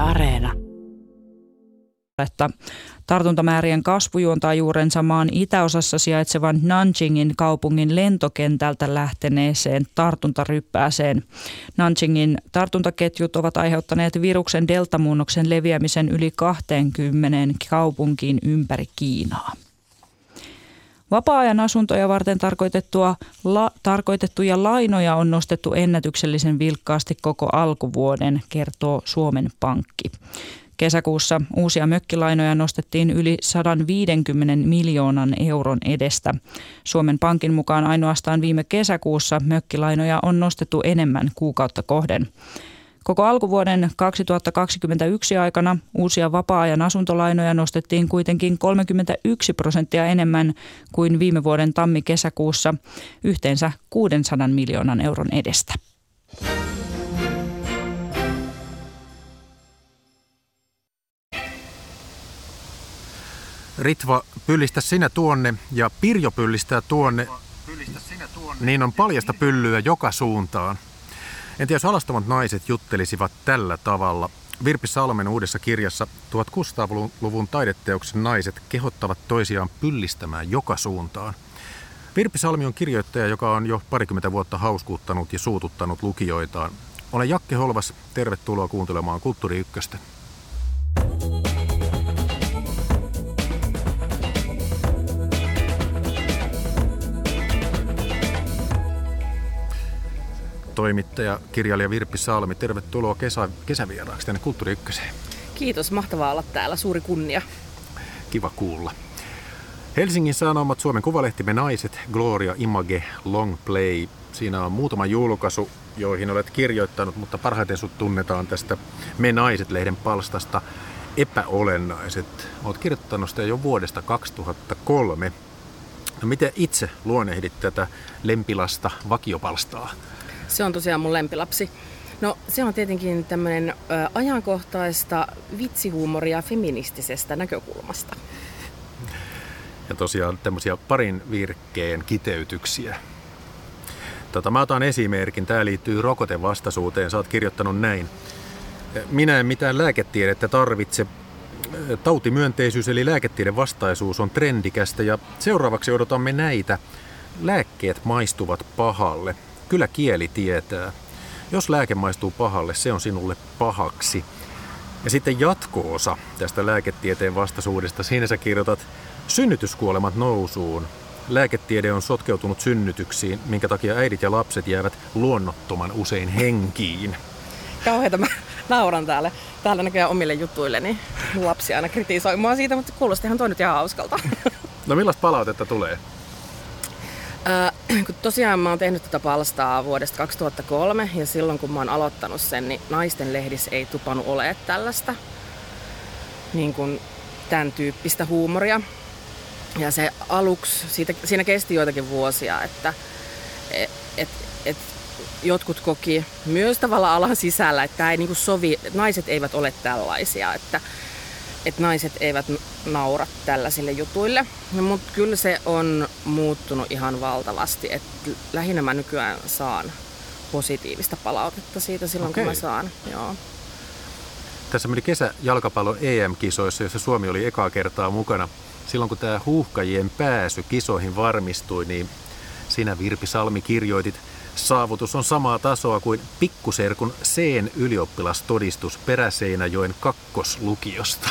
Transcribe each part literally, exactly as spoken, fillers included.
Areena. Että tartuntamäärien kasvu juontaa juurensa maan itäosassa sijaitsevan Nanjingin kaupungin lentokentältä lähteneeseen tartuntaryppääseen. Nanjingin tartuntaketjut ovat aiheuttaneet viruksen deltamuunnoksen leviämisen yli kaksikymmentä kaupunkiin ympäri Kiinaa. Vapaa-ajan asuntoja varten tarkoitettua, la, tarkoitettuja lainoja on nostettu ennätyksellisen vilkkaasti koko alkuvuoden, kertoo Suomen Pankki. Kesäkuussa uusia mökkilainoja nostettiin yli sata viisikymmentä miljoonan euron edestä. Suomen Pankin mukaan ainoastaan viime kesäkuussa mökkilainoja on nostettu enemmän kuukautta kohden. Koko alkuvuoden kaksituhattakaksikymmentäyksi aikana uusia vapaa-ajan asuntolainoja nostettiin kuitenkin kolmekymmentäyksi prosenttia enemmän kuin viime vuoden tammi-kesäkuussa, yhteensä kuusisataa miljoonan euron edestä. Ritva, pyllistä sinä tuonne ja Pirjo pyllistää tuonne, niin on paljasta pyllyä joka suuntaan. En tiedä, jos alastomat naiset juttelisivat tällä tavalla. Virpi Salmen uudessa kirjassa tuhatkuusisataaluvun taideteoksen naiset kehottavat toisiaan pyllistämään joka suuntaan. Virpi Salmi on kirjoittaja, joka on jo parikymmentä vuotta hauskuuttanut ja suututtanut lukijoitaan. Olen Jakke Holvas, tervetuloa kuuntelemaan Kulttuuri Ykköstä. Toimittaja, kirjailija Virpi Salmi, tervetuloa kesä, kesävieraaksi tänne Kulttuuri Ykköseen. Kiitos, mahtavaa olla täällä, suuri kunnia. Kiva kuulla. Helsingin Sanomat, Suomen Kuvalehti, Me Naiset, Gloria, Image, Long Play. Siinä on muutama julkaisu, joihin olet kirjoittanut, mutta parhaiten sut tunnetaan tästä Me Naiset-lehden palstasta Epäolennaiset. Olet kirjoittanut sitä jo vuodesta kaksituhattakolme. No, miten itse luonnehdit tätä lempilasta vakiopalstaa? Se on tosiaan mun lempilapsi. No, se on tietenkin tämmöinen ö, ajankohtaista vitsihuumoria feministisestä näkökulmasta. Ja tosiaan tämmöisiä parin virkkeen kiteytyksiä. Tota, mä otan esimerkin. Tää liittyy rokotevastaisuuteen. Sä oot kirjoittanut näin. Minä en mitään lääketiedettä tarvitse. Tautimyönteisyys eli lääketieden vastaisuus on trendikästä ja seuraavaksi odotamme näitä. Lääkkeet maistuvat pahalle. Kyllä kieli tietää. Jos lääke maistuu pahalle, se on sinulle pahaksi. Ja sitten jatko-osa tästä lääketieteen vastaisuudesta. Siinä sä kirjoitat synnytyskuolemat nousuun. Lääketiede on sotkeutunut synnytyksiin, minkä takia äidit ja lapset jäävät luonnottoman usein henkiin. Kauheeta, mä nauran täällä. Täällä näköjään omille jutuilleni. Lapsi aina kritisoi mua siitä, mutta kuulostihan toi nyt ihan hauskalta. No, millaista palautetta tulee? Äh, kun tosiaan mä oon tehnyt tätä palstaa vuodesta kaksituhattakolme ja silloin kun mä oon aloittanut sen, niin naisten lehdissä ei tupannut ole tällaista niin kuin tämän tyyppistä huumoria. Ja se aluksi, siitä, siinä kesti joitakin vuosia, että et, et, et jotkut koki myös tavallaan alan sisällä, että tämä ei niin kuin sovi, naiset eivät ole tällaisia, että että naiset eivät naura tällaisille jutuille. No, mutta kyllä se on muuttunut ihan valtavasti. Että lähinnä mä nykyään saan positiivista palautetta siitä silloin, Okei. kun mä saan. Joo. Tässä meni kesäjalkapallon E M-kisoissa, jossa Suomi oli ekaa kertaa mukana. Silloin kun tämä huuhkajien pääsy kisoihin varmistui, niin sinä, Virpi Salmi, kirjoitit: saavutus on samaa tasoa kuin pikkuserkun C:n ylioppilastodistus Peräseinäjoen kakkoslukiosta.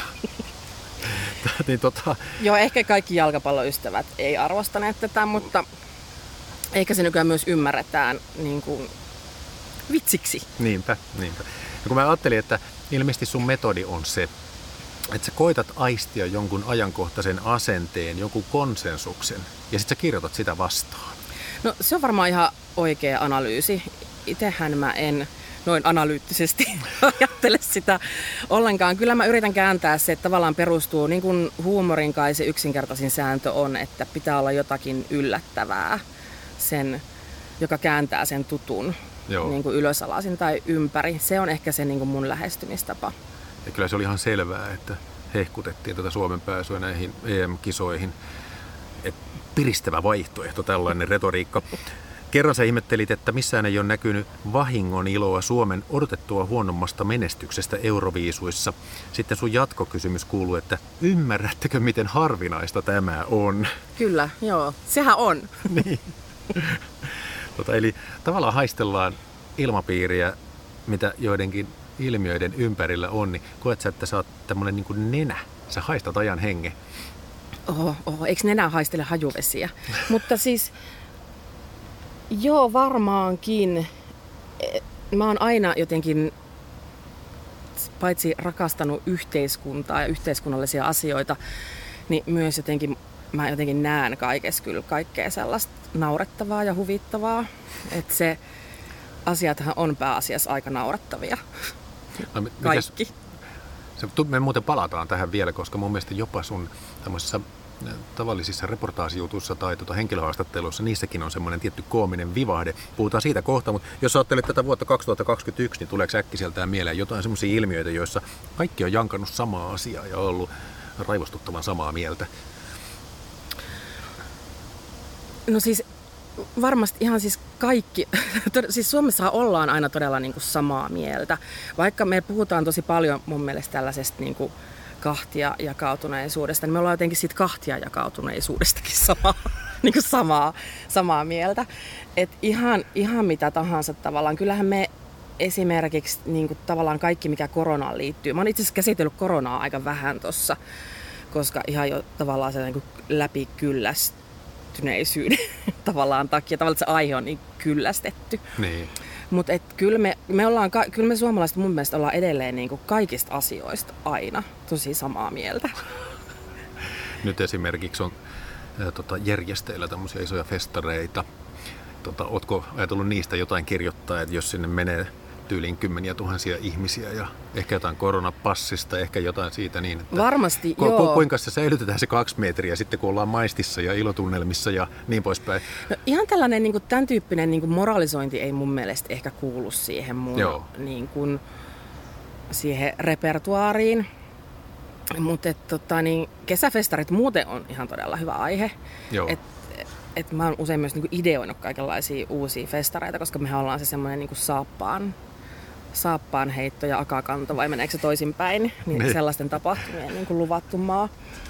niin, tota... Joo, ehkä kaikki jalkapalloystävät ei arvostaneet tätä, mutta ehkä se nykyään myös ymmärretään niin kuin vitsiksi. Niinpä, niinpä. Ja kun mä ajattelin, että ilmeisesti sun metodi on se, että sä koitat aistia jonkun ajankohtaisen asenteen, jonkun konsensuksen, ja sit sä kirjoitat sitä vastaan. No, se on varmaan ihan oikea analyysi. Itsehän mä en noin analyyttisesti ajattele sitä ollenkaan. Kyllä mä yritän kääntää se, että tavallaan perustuu, niin kuin huumorin kai se yksinkertaisin sääntö on, että pitää olla jotakin yllättävää, sen, joka kääntää sen tutun niin kuin ylösalaisin tai ympäri. Se on ehkä se niin kuin mun lähestymistapa. Ja kyllä se oli ihan selvää, että hehkutettiin tätä Suomen pääsyä näihin E M-kisoihin. Et piristävä vaihtoehto, tällainen retoriikka. Kerran sä ihmettelit, että missään ei ole näkynyt vahingon iloa Suomen odotettua huonommasta menestyksestä Euroviisuissa. Sitten sun jatkokysymys kuuluu, että ymmärrättekö, miten harvinaista tämä on? Kyllä, joo. Sehän on. Niin. Tota, eli tavallaan haistellaan ilmapiiriä, mitä joidenkin ilmiöiden ympärillä on, niin koet sä, että sä oot tämmönen niin kuin nenä. Sä haistat ajan hengen. Oho, oho, eikö nenä haistele hajuvesiä? Mutta siis, joo varmaankin. Mä oon aina jotenkin paitsi rakastanut yhteiskuntaa ja yhteiskunnallisia asioita, niin myös jotenkin mä jotenkin näen kaikessa kyllä kaikkea sellaista naurettavaa ja huvittavaa. Että se asiathan on pääasiassa aika naurettavia. No, mitäs, kaikki. Me muuten palataan tähän vielä, koska mun mielestä jopa sun tämmöisissä tavallisissa reportaasijutuissa tai tuota henkilöhaastatteluissa, niissäkin on semmoinen tietty koominen vivahde. Puhutaan siitä kohta, mutta jos ajattelet tätä vuotta kaksituhattakaksikymmentäyksi, niin tuleeko äkkiseltään mieleen jotain semmoisia ilmiöitä, joissa kaikki on jankannut samaa asiaa ja ollut raivostuttavan samaa mieltä? No siis varmasti ihan siis kaikki. Siis Suomessa ollaan aina todella niin kuin samaa mieltä. Vaikka me puhutaan tosi paljon mun mielestä tällaisesta niin kuin kahtia jakautuneisuudesta, niin me ollaan jotenkin siitä kahtia jakautuneisuudestakin samaa, niin kuin samaa, samaa mieltä. Et ihan, ihan mitä tahansa tavallaan. Kyllähän me esimerkiksi niin kuin tavallaan kaikki, mikä koronaan liittyy. Mä oon itse asiassa käsitellyt koronaa aika vähän tossa, koska ihan jo tavallaan se niin kuin läpikyllästyneisyyden tavallaan takia. Tavallaan se aihe on niin kyllästetty. Niin. Mutta kyllä me, me, ollaan, kyllä me suomalaiset mun mielestä ollaan edelleen niin kuin kaikista asioista aina tosi samaa mieltä. Nyt esimerkiksi on ää, tota, järjestäjillä tämmöisiä isoja festareita. Tota, ootko ajatellut niistä jotain kirjoittaa, että jos sinne menee tyyliin kymmeniä tuhansia ihmisiä ja ehkä jotain koronapassista, ehkä jotain siitä niin, että varmasti, ku, joo. Ku, kuinka se säilytetään se kaksi metriä sitten, kun ollaan maistissa ja ilotunnelmissa ja niin poispäin? No, ihan tällainen niin kuin tämän tyyppinen niin kuin moralisointi ei mun mielestä ehkä kuulu siihen mun niin kuin, siihen repertuaariin. Mutta tota, niin, kesäfestarit muuten on ihan todella hyvä aihe. Et, et mä oon usein myös niin kuin ideoinut kaikenlaisia uusia festareita, koska mehän ollaan se semmoinen niin kuin saappaan, saappaan heitto ja akakanto, vai meneekö se toisinpäin? Niin niin. Sellaisten tapahtumien niin kuin luvattu maa.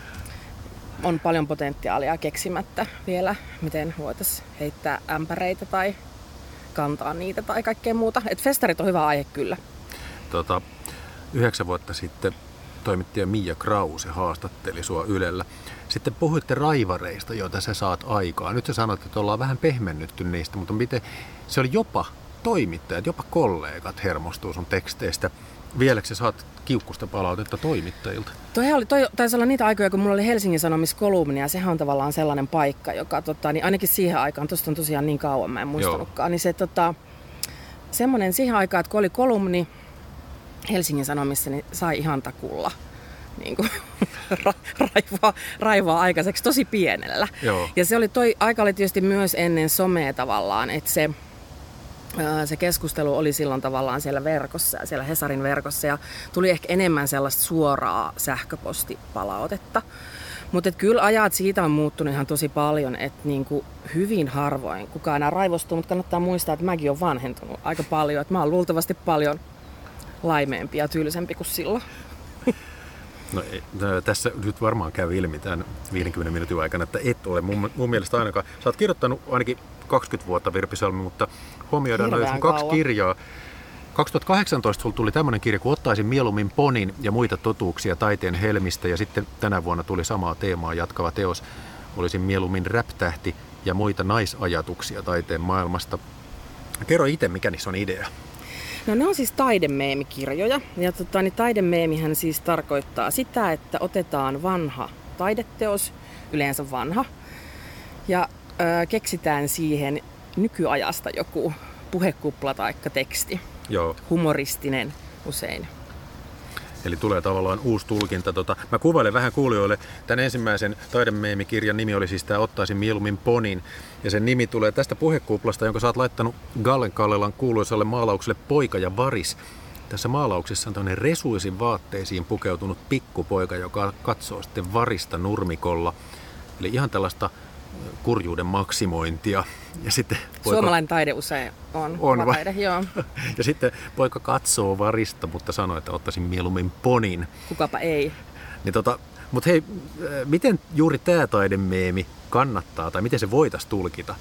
On paljon potentiaalia keksimättä vielä, miten voitaisiin heittää ämpäreitä tai kantaa niitä tai kaikkea muuta. Et festarit on hyvä aihe kyllä. Tota, yhdeksän vuotta sitten toimittaja Mia Krause haastatteli sua Ylellä. Sitten puhuitte raivareista, joita sä saat aikaa. Nyt sä sanoit, että ollaan vähän pehmennytty niistä, mutta miten se oli jopa toimittajat, jopa kollegat hermostuu sun teksteistä. Vieläkö sä saat kiukkusta palautetta toimittajilta? Toi oli, toi taisi olla niitä aikoja, kun mulla oli Helsingin Sanomissa kolumni, ja sehän on tavallaan sellainen paikka, joka tota, niin ainakin siihen aikaan, tuosta on tosiaan niin kauan, mä en muistanutkaan, niin se tota, semmoinen siihen aikaan, että kun oli kolumni Helsingin Sanomissa, niin sai ihan takulla niin kuin, ra, raivoa, raivoa aikaiseksi tosi pienellä. Joo. Ja se oli, toi aika oli tietysti myös ennen somea tavallaan, että se Se keskustelu oli silloin tavallaan siellä verkossa ja siellä Hesarin verkossa ja tuli ehkä enemmän sellaista suoraa sähköpostipalautetta. Mutta kyllä ajat siitä on muuttunut ihan tosi paljon, että niinku hyvin harvoin kukaan enää raivostuu, mutta kannattaa muistaa, että mäkin olen vanhentunut aika paljon. Että mä oon luultavasti paljon laimeempi ja tyylisempi kuin silloin. No, tässä nyt varmaan käy ilmi tämän viidenkymmenen minuutin aikana, että et ole mun, mun mielestä ainakaan. Sä oot kirjoittanut ainakin kaksikymmentä vuotta, Virpi Salmi, mutta huomioidaan noin sun kaksi kirjaa. kaksituhattakahdeksantoista sulla tuli tämmöinen kirja, kun ottaisin mieluummin ponin ja muita totuuksia taiteen helmistä, ja sitten tänä vuonna tuli samaa teemaa jatkava teos. Olisin mieluummin rap-tähti ja muita naisajatuksia taiteen maailmasta. Kerro itse, mikä niissä on idea. No ne on siis taidemeemikirjoja, ja tota, niin taidemeemihän siis tarkoittaa sitä, että otetaan vanha taideteos, yleensä vanha, ja ö, keksitään siihen nykyajasta joku puhekupla tai teksti. Joo. Humoristinen usein. Eli tulee tavallaan uusi tulkinta. Tota, mä kuvailen vähän kuulijoille. Tämän ensimmäisen taidemeemikirjan nimi oli siis tämä Ottaisin mieluummin ponin. Ja sen nimi tulee tästä puhekuplasta, jonka sä oot laittanut Gallen Kallelan kuuluisalle maalaukselle Poika ja varis. Tässä maalauksessa on tämmöinen resuisin vaatteisiin pukeutunut pikkupoika, joka katsoo sitten varista nurmikolla. Eli ihan tällaista kurjuuden maksimointia. Ja sitten poika... Suomalainen taide usein on. On taide, joo. Ja sitten poika katsoo varista, mutta sanoo, että ottaisin mieluummin ponin. Kukapa ei. Niin tota, mutta hei, miten juuri tämä taidemeemi kannattaa, tai miten se voitaisiin tulkita?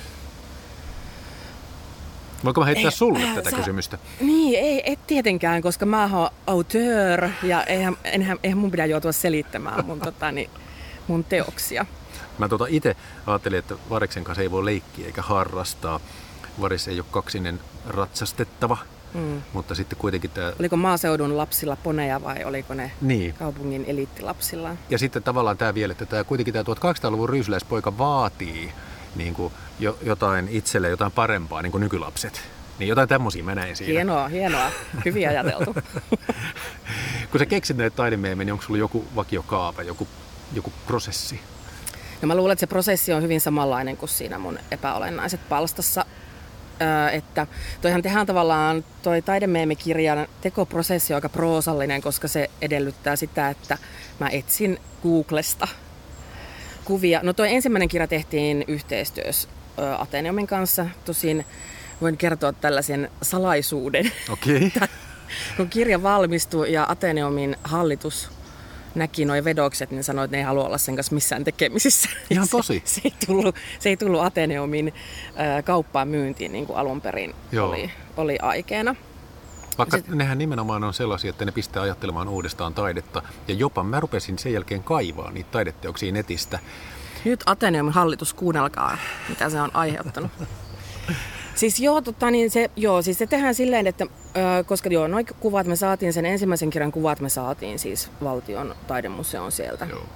Voinko mä heittää ei, sulle äh, tätä sä, kysymystä? Niin, ei, ei tietenkään, koska mä oon auteur ja eihän, eihän, eihän mun pidä joutua selittämään mun, tota, niin, mun teoksia. Mä tota itse ajattelin, että variksen kanssa ei voi leikkiä eikä harrastaa. Varis ei ole kaksinen ratsastettava, mm. mutta sitten kuitenkin tämä... Oliko maaseudun lapsilla poneja vai oliko ne niin. kaupungin eliittilapsilla? Ja sitten tavallaan tämä vielä, että tämä, kuitenkin tämä tuhatkahdeksansataaluvun ryysyläispoika vaatii niin kuin jo, jotain itselle, jotain parempaa, niin kuin nykylapset. Niin jotain tämmöisiä mä näin siinä. Hienoa, hienoa. Hyvin ajateltu. Kun sä keksit näitä taidemeemejä, niin onko sulla joku vakiokaava, joku, joku prosessi? No mä luulen, että se prosessi on hyvin samanlainen kuin siinä mun epäolennaiset palstassa. Öö, että toihan tehdään tavallaan, toi taidemeemikirjan tekoprosessi on aika proosallinen, koska se edellyttää sitä, että mä etsin Googlesta kuvia. No toi ensimmäinen kirja tehtiin yhteistyössä ö, Ateneumin kanssa. Tosin voin kertoa tällaisen salaisuuden. Okei. Okay. Kun kirja valmistui ja Ateneumin hallitus näki nuo vedokset, niin sanoi, että ne ei halua olla sen kanssa missään tekemisissä. Ihan tosi. Se, se, ei, tullut, se ei tullut Ateneumin ö, kauppaan myyntiin niin kuin alun perin oli, oli aikeena. Vaikka Sitten, nehän nimenomaan on sellaisia, että ne pistää ajattelemaan uudestaan taidetta. Ja jopa mä rupesin sen jälkeen kaivaa niitä taideteoksia netistä. Nyt Ateneumin hallitus, kuunnelkaa, mitä se on aiheuttanut. Siis joo, tota, niin se, joo, siis se tehdään silleen, että ö, koska joo, noi kuvat me saatiin, sen ensimmäisen kirjan kuvat me saatiin siis Valtion taidemuseon sieltä. Joo.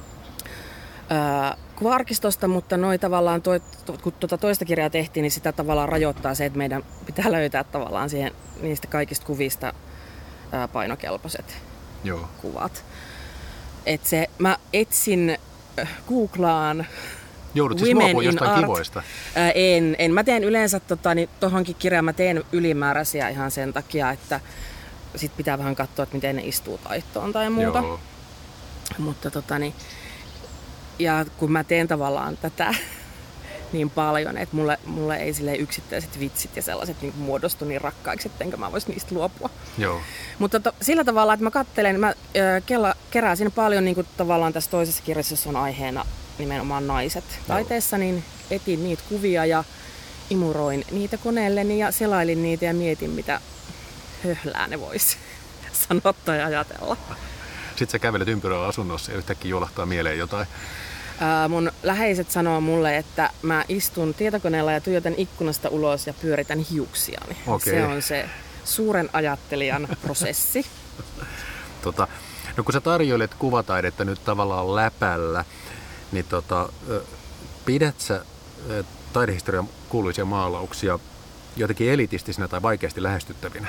Ö, kuva-arkistosta, mutta noi tavallaan, toi, to, kun tuota toista kirjaa tehtiin, niin sitä tavallaan rajoittaa se, että meidän pitää löytää tavallaan siihen niistä kaikista kuvista ö, painokelpoiset Joo. kuvat. Et se, mä etsin, äh, googlaan. Joudut siis luopumaan jostain art. Kivoista? Ää, en, en. Mä teen yleensä, tota, niin tohonkin kirjaan mä teen ylimääräisiä ihan sen takia, että sit pitää vähän katsoa, että miten ne istuu taittoon tai muuta. Joo. Mutta tota, niin, ja kun mä teen tavallaan tätä niin paljon, että mulle, mulle ei silleen yksittäiset vitsit ja sellaiset niin muodostu niin rakkaiksi, ettenkö mä vois niistä luopua. Joo. Mutta to, sillä tavalla, että mä katselen, mä äh, kela, kerään siinä paljon niin kuin tavallaan tässä toisessa kirjassa, jossa on aiheena nimenomaan naiset taiteessa, niin etin niitä kuvia ja imuroin niitä koneelleni ja selailin niitä ja mietin, mitä höhlää ne vois sanoa tai ajatella. Sitten sä kävelet ympyröllä asunnossa ja yhtäkkiä juolahtaa mieleen jotain. Ää, mun läheiset sanoo mulle, että mä istun tietokoneella ja tuijotan ikkunasta ulos ja pyöritän hiuksiani. Okay. Se on se suuren ajattelijan prosessi. Tota, no kun sä tarjoilet kuvataidetta nyt tavallaan läpällä, niin tota, pidät sä taidehistorian kuuluisia maalauksia jotenkin elitistisinä tai vaikeasti lähestyttävinä?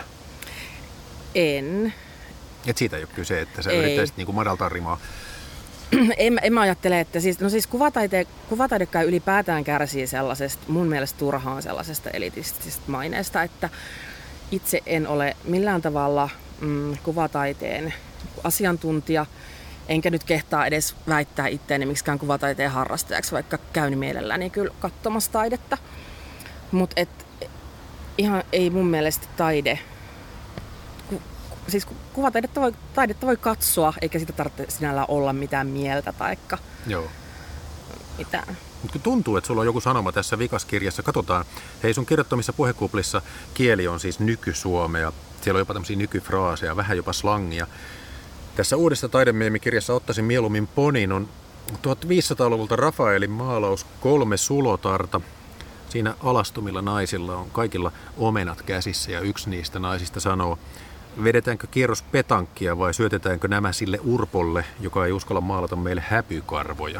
En. Et siitä ei ole kyse, että sä ei. yrittäisit niinku madaltaa rimaa? En, en mä ajattele, että siis, no siis kuvataide, kuvataidekaan ylipäätään kärsii sellaisesta, mun mielestä turhaan sellaisesta elitistisesta maineesta, että itse en ole millään tavalla mm, kuvataiteen asiantuntija, enkä nyt kehtaa edes väittää itteeni miksikään kuvataiteen harrastajaksi, vaikka käyn mielelläni kyllä katsomassa taidetta. Mutta ihan ei mun mielestä taide, ku, siis kuvataidetta voi, taidetta voi katsoa, eikä sitä tarvitse sinällään olla mitään mieltä taikka Joo. mitään. Mutta tuntuu, että sulla on joku sanoma tässä vikaskirjassa. Katsotaan, hei sun kirjoittamissa puhekuplissa kieli on siis nykysuomea. Siellä on jopa tämmöisiä nykyfraaseja, vähän jopa slangia. Tässä uudessa taidemeemikirjassa ottaisin mieluummin ponin on viisitoistasataluvulta Rafaelin maalaus Kolme sulotarta. Siinä alastumilla naisilla on kaikilla omenat käsissä ja yksi niistä naisista sanoo, vedetäänkö kierros petankkia vai syötetäänkö nämä sille urpolle, joka ei uskalla maalata meille häpykarvoja.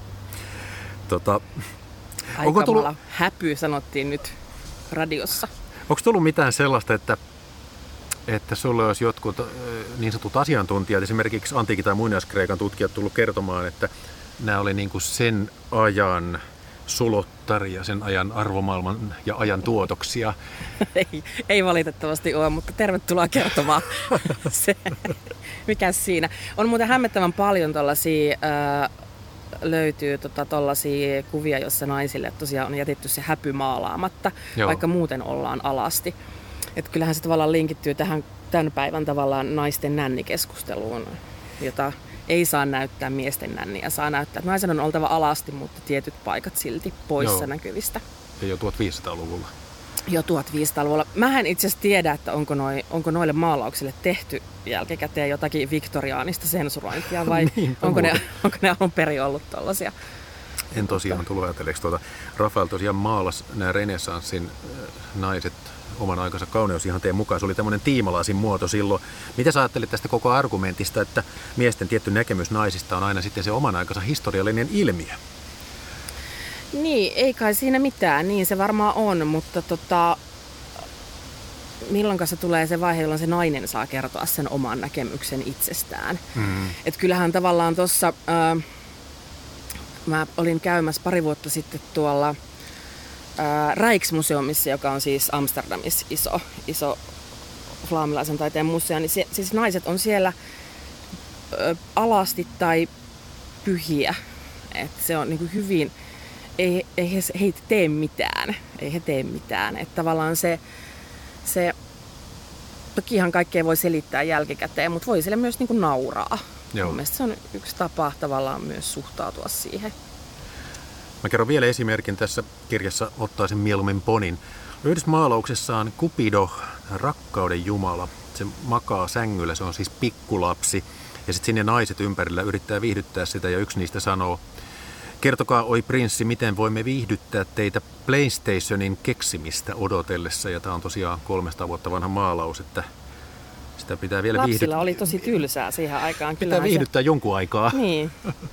Tota, Aika tullut... häpy sanottiin nyt radiossa. Onko tullut mitään sellaista, että että sulle olisi jotkut niin sanotut asiantuntijat, esimerkiksi antiikin tai muinaiskreikan tutkijat tullut kertomaan, että nämä oli niin kuin sen ajan sulottaria, sen ajan arvomaailman ja ajan tuotoksia? Ei, ei valitettavasti ole, mutta tervetuloa kertomaan. Se, mikäs siinä? On muuten hämmättävän paljon tällaisia äh, löytyy tota, tollaisia kuvia, joissa naisille tosiaan on jätetty se häpy maalaamatta, Joo. vaikka muuten ollaan alasti. Et kyllähän se tavallaan linkittyy tähän tämän päivän tavallaan naisten nännikeskusteluun, jota ei saa näyttää miesten nänniä. Saa näyttää, että naisen on oltava alasti, mutta tietyt paikat silti poissa Joo. näkyvistä. Ja jo tuhatviisisataaluvulla. Jo tuhatviisisataaluvulla. Mähän itse asiassa tiedä, että onko, noi, onko noille maalauksille tehty jälkikäteen jotakin viktoriaanista sensurointia vai niin, onko, ne, onko ne alun perin ollut tollaisia. En tosiaan tullut ajatelleeksi. Tuota, Rafael tosiaan maalasi nämä renessanssin naiset oman aikansa kauneusihanteen mukaan. Se oli tämmöinen tiimalaasin muoto silloin. Mitä sä ajattelit tästä koko argumentista, että miesten tietty näkemys naisista on aina sitten se oman aikansa historiallinen ilmiö? Niin, ei kai siinä mitään. Niin se varmaan on, mutta tota, milloin se tulee se vaihe, jolloin se nainen saa kertoa sen oman näkemyksen itsestään. Mm. Et kyllähän tavallaan tuossa, äh, mä olin käymässä pari vuotta sitten tuolla äh, Rijksmuseumissa, joka on siis Amsterdamissa iso, iso flaamilaisen taiteen museo, niin se, siis naiset on siellä äh, alasti tai pyhiä. Et se on niinku hyvin... Ei, ei he, he tee mitään, ei he tee mitään. Että tavallaan se, se, tokihan kaikkea voi selittää jälkikäteen, mutta voi sille myös niin kuin nauraa. Joo. Mielestäni se on yksi tapa tavallaan myös suhtautua siihen. Mä kerron vielä esimerkin tässä kirjassa, ottaisin mieluummin ponin. Yhdessä maalauksessaan Cupido, rakkauden jumala, se makaa sängyllä, se on siis pikkulapsi. Ja sitten sinne naiset ympärillä yrittää viihdyttää sitä ja yksi niistä sanoo, kertokaa, oi prinssi, miten voimme viihdyttää teitä PlayStationin keksimistä odotellessa. Ja tämä on tosiaan kolmesataa vuotta vanha maalaus, että sitä pitää vielä Lapsilla viihdyttää. oli tosi tylsää siihen aikaan. Pitää Kyllähän viihdyttää se... jonkun aikaa. Niin.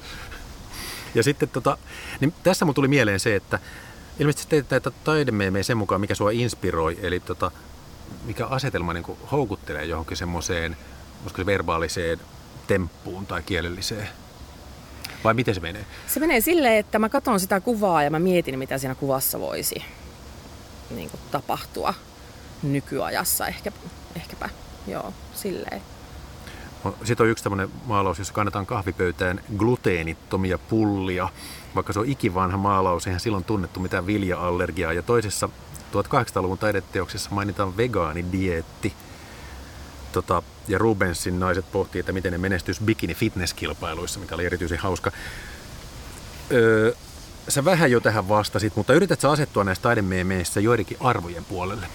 Ja sitten tota, niin tässä mun tuli mieleen se, että ilmeisesti teet näitä taidemeemejä sen mukaan, mikä sua inspiroi. Eli tota, mikä asetelma niin kuin houkuttelee johonkin semmoiseen, olisiko se verbaaliseen temppuun tai kielelliseen. Vai miten se menee? Se menee silleen, että mä katson sitä kuvaa ja mä mietin, mitä siinä kuvassa voisi niin kuin tapahtua nykyajassa ehkä, ehkäpä. Joo, silleen. Sitten on yksi tämmöinen maalaus, jossa kannetaan kahvipöytään gluteenittomia pullia. Vaikka se on ikivanha maalaus, eihän silloin tunnettu mitään vilja-allergiaa. Ja toisessa tuhatkahdeksansataaluvun taideteoksessa mainitaan vegaanidieetti. Tota, ja Rubensin naiset pohtii, että miten ne menestyisi bikini-fitnesskilpailuissa, mikä oli erityisen hauska. Öö, sä vähän jo tähän vastasit, mutta yrität sä asettua näissä taidemeemeissä joidenkin arvojen puolelle?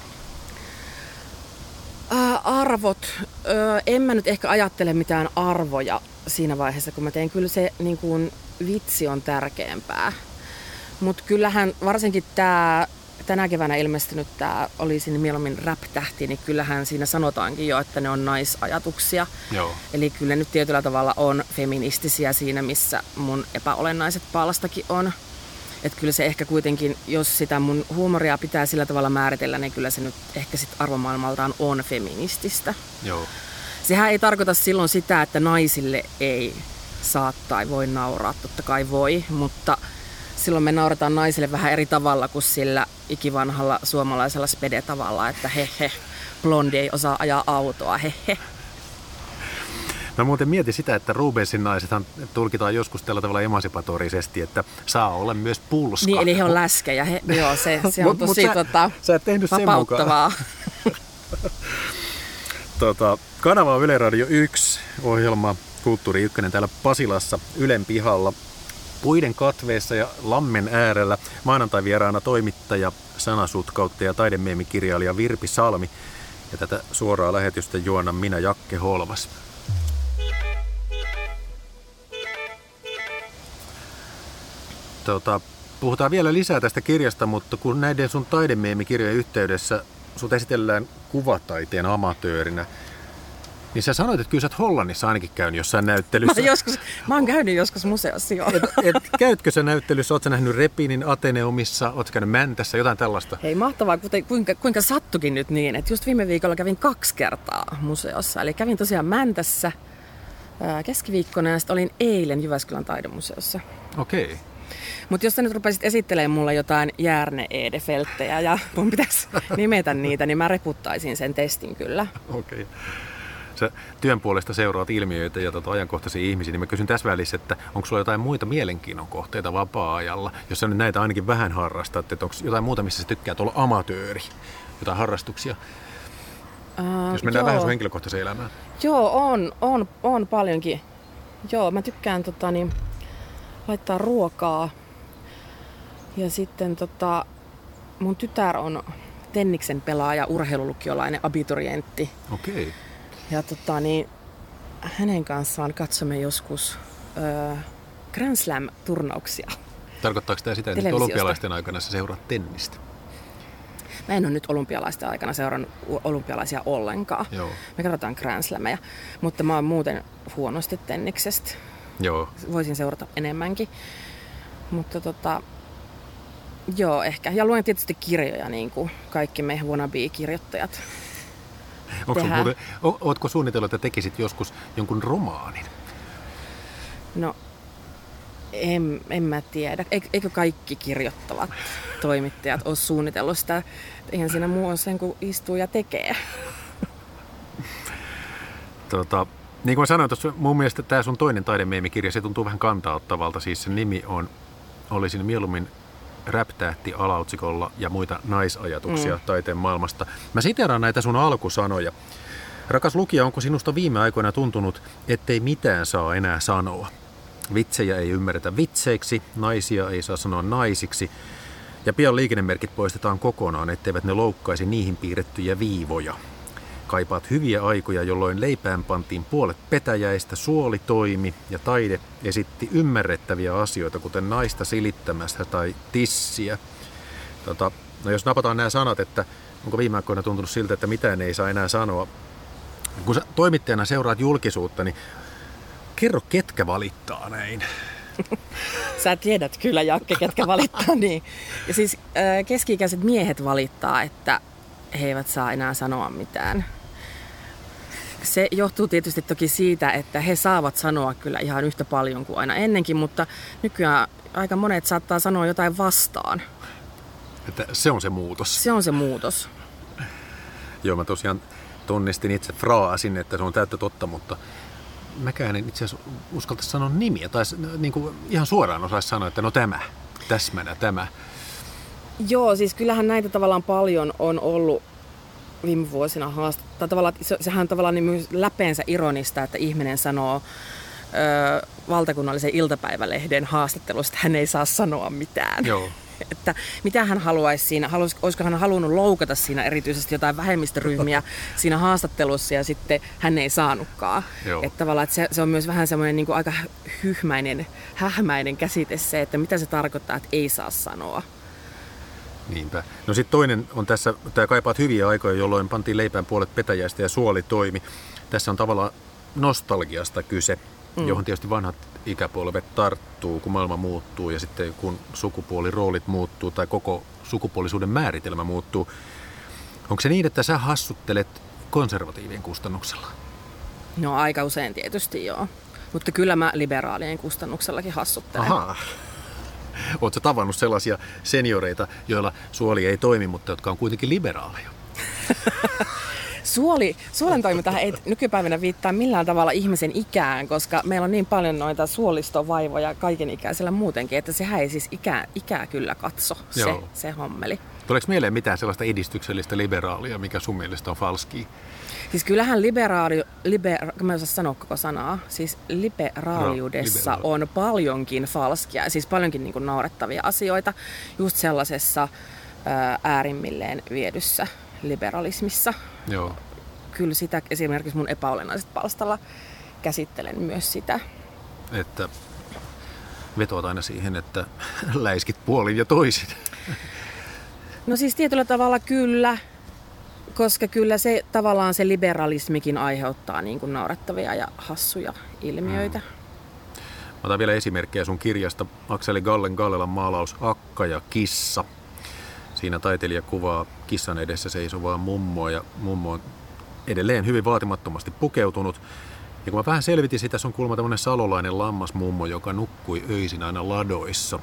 Ää, arvot. Öö, en mä nyt ehkä ajattele mitään arvoja siinä vaiheessa, kun mä teen. Kyllä se niin kuin, vitsi on tärkeämpää. Mutta kyllähän varsinkin tämä... Tänä keväänä ilmestynyt tämä Olisin mieluummin rap-tähti, niin kyllähän siinä sanotaankin jo, että ne on naisajatuksia. Joo. Eli kyllä nyt tietyllä tavalla on feministisiä siinä, missä mun epäolennaiset paalastakin on. Että kyllä se ehkä kuitenkin, jos sitä mun huumoria pitää sillä tavalla määritellä, niin kyllä se nyt ehkä sit arvomaailmaltaan on feminististä. Joo. Sehän ei tarkoita silloin sitä, että naisille ei saa tai voi nauraa, totta kai voi, mutta... Silloin me naurataan naisille vähän eri tavalla kuin sillä ikivanhalla suomalaisella spede-tavalla, että he he, blondi ei osaa ajaa autoa, he he. No muuten mieti sitä, että Rubensin naisethan tulkitaan joskus tällä tavalla emansipatorisesti, että saa olla myös pulska. Niin, eli he on läskejä, he, joo, se, se on tosi mut sä, tota, sä et tehnyt vapauttavaa. tota, kanava on Yle Radio yksi, ohjelma Kulttuuri ykkönen täällä Pasilassa Ylen pihalla. Puiden katveessa ja lammen äärellä maanantai-vieraana toimittaja, sanasutkauttaja ja taidemeemikirjailija Virpi Salmi. Ja tätä suoraa lähetystä juonnan minä, Jakke Holvas. Tota, puhutaan vielä lisää tästä kirjasta, mutta kun näiden sun taidemeemikirjojen yhteydessä sut esitellään kuvataiteen amatöörinä, niin sä sanoit, että kyllä sä oot Hollannissa ainakin käynyt jossain näyttelyssä. Mä, joskus, mä oon käynyt joskus museossa, joo. Et, et, käytkö sä näyttelyssä? Oot sä nähnyt Repinin Ateneumissa? Oot sä käynyt Mäntässä? Jotain tällaista? Hei, mahtavaa, kuinka, kuinka sattukin nyt niin, että just viime viikolla kävin kaksi kertaa museossa. Eli kävin tosiaan Mäntässä ää, keskiviikkona ja sitten olin eilen Jyväskylän taidemuseossa. Okei. Okay. Mutta jos sä nyt rupesit esittelemään mulle jotain Järne Edefelttejä ja mun pitäisi nimetä niitä, niin mä reputtaisin sen testin kyllä. Okei. Okay. sä työn puolesta seuraat ilmiöitä ja tota ajankohtaisia ihmisiä, niin mä kysyn tässä välissä, että onko sulla jotain muita mielenkiinnon kohteita vapaa-ajalla, jos sä nyt näitä ainakin vähän harrastat, että onko jotain muuta, missä sä tykkäät olla amatööri, jotain harrastuksia? Uh, jos mennään joo. vähän sun henkilökohtaiseen elämään. Joo, on, on, on paljonkin. Joo, mä tykkään tota, niin, laittaa ruokaa. Ja sitten tota, mun tytär on tenniksen pelaaja, urheilulukiolainen, abiturientti. Okei. Okay. Ja tota, niin, hänen kanssaan katsomme joskus öö, Grand Slam-turnauksia. Tarkoittaako tämä sitä, että olympialaisten aikana sä seuraat tennistä? Mä en ole nyt olympialaisten aikana seurannut olympialaisia ollenkaan. Joo. Me katsotaan Grand Slameja, mutta mä oon muuten huonosti tenniksestä. Joo. Voisin seurata enemmänkin. Mutta tota, joo ehkä. Ja luen tietysti kirjoja, niin kuin kaikki me wannabe-kirjoittajat. Muuten, ootko suunnitellut, että tekisit joskus jonkun romaanin? No, en, en mä tiedä. Eikö kaikki kirjoittavat toimittajat ole suunnitellut sitä? Eihän siinä muu ole sen, kun istuu ja tekee. Tota, niin kuin mä sanoin tuossa, mun mielestä tämä sun toinen taidemeemikirja, se tuntuu vähän kantauttavalta. Siis sen nimi on, olisin mieluummin rap-tähti alaotsikolla ja muita naisajatuksia mm. taiteen maailmasta. Mä siteeraan näitä sun alkusanoja. Rakas lukija, onko sinusta viime aikoina tuntunut, ettei mitään saa enää sanoa? Vitsejä ei ymmärretä vitseiksi, naisia ei saa sanoa naisiksi, ja pian liikennemerkit poistetaan kokonaan, etteivät ne loukkaisi niihin piirrettyjä viivoja. Kaipaat hyviä aikoja, jolloin leipään pantiin puolet petäjäistä, suoli toimi ja taide esitti ymmärrettäviä asioita, kuten naista silittämässä tai tissiä. Tota, no jos napataan nämä sanat, että onko viime aikoina tuntunut siltä, että mitään ei saa enää sanoa. Kun sä toimittajana seuraat julkisuutta, niin kerro, ketkä valittaa näin. Sä tiedät kyllä, Jakke, ketkä valittaa niin. Ja siis keski-ikäiset miehet valittaa, että he eivät saa enää sanoa mitään. Se johtuu tietysti toki siitä, että he saavat sanoa kyllä ihan yhtä paljon kuin aina ennenkin, mutta nykyään aika monet saattaa sanoa jotain vastaan. Että se on se muutos. Se on se muutos. Joo, mä tosiaan tunnistin itse fraasin, että se on täyttä totta, mutta mäkään en itse asiassa uskaltaisi sanoa nimiä. Tai niin kuin ihan suoraan osaisi sanoa, että no tämä, täsmänä tämä. Joo, siis kyllähän näitä tavallaan paljon on ollut viime vuosina haastattaa. Tavallaan, sehän on tavallaan niin läpeensä ironista, että ihminen sanoo ö, valtakunnallisen iltapäivälehden haastattelusta, että hän ei saa sanoa mitään. Joo. Että mitä hän haluaisi siinä, haluaisi, olisiko hän halunnut loukata siinä erityisesti jotain vähemmistöryhmiä siinä haastattelussa ja sitten hän ei saanutkaan. Että tavallaan että se, se on myös vähän semmoinen niin kuin aika hyhmäinen, hähmäinen käsite se, että mitä se tarkoittaa, että ei saa sanoa. Niinpä. No sitten toinen on tässä, tämä kaipaat hyviä aikoja, jolloin pantiin leipään puolet petäjäistä ja suoli toimi. Tässä on tavallaan nostalgiasta kyse, mm. johon tietysti vanhat ikäpolvet tarttuu, kun maailma muuttuu ja sitten kun sukupuoliroolit muuttuu tai koko sukupuolisuuden määritelmä muuttuu. Onko se niin, että sä hassuttelet konservatiivien kustannuksella? No aika usein tietysti joo, mutta kyllä mä liberaalien kustannuksellakin hassuttelen. Ahaa. Oletko tavannut sellaisia senioreita, joilla suoli ei toimi, mutta jotka on kuitenkin liberaaleja? Suoli, suolen toimintahan ei nykypäivänä viittaa millään tavalla ihmisen ikään, koska meillä on niin paljon noita suolistovaivoja kaikenikäisellä muutenkin, että sehän ei siis ikää, ikää kyllä katso, se, se hommeli. Tuleeko mieleen mitään sellaista edistyksellistä liberaalia, mikä sun mielestä on falskia? Siis kyllähän liberaali, liber, mä en osaa sanoa koko sanaa, siis liberaaliudessa no, on paljonkin falskia, siis paljonkin niin kuin naurettavia asioita, just sellaisessa ää, äärimmilleen viedyssä liberalismissa. Joo. Kyllä sitä esimerkiksi mun epäolennaiset palstalla käsittelen myös sitä. Että vetoat aina siihen, että läiskit puolin ja toisin. No siis tietyllä tavalla kyllä, koska kyllä se tavallaan se liberalismikin aiheuttaa niin kuin naurettavia ja hassuja ilmiöitä. Mm. Mä otan vielä esimerkkejä sun kirjasta. Akseli Gallen Gallelan maalaus Akka ja kissa. Siinä taiteilija kuvaa kissan edessä seisovaa mummoa ja mummo on edelleen hyvin vaatimattomasti pukeutunut. Ja kun mä vähän selvitin sitä, se on kuulemma tämmöinen salolainen lammasmummo, joka nukkui öisin aina ladoissa.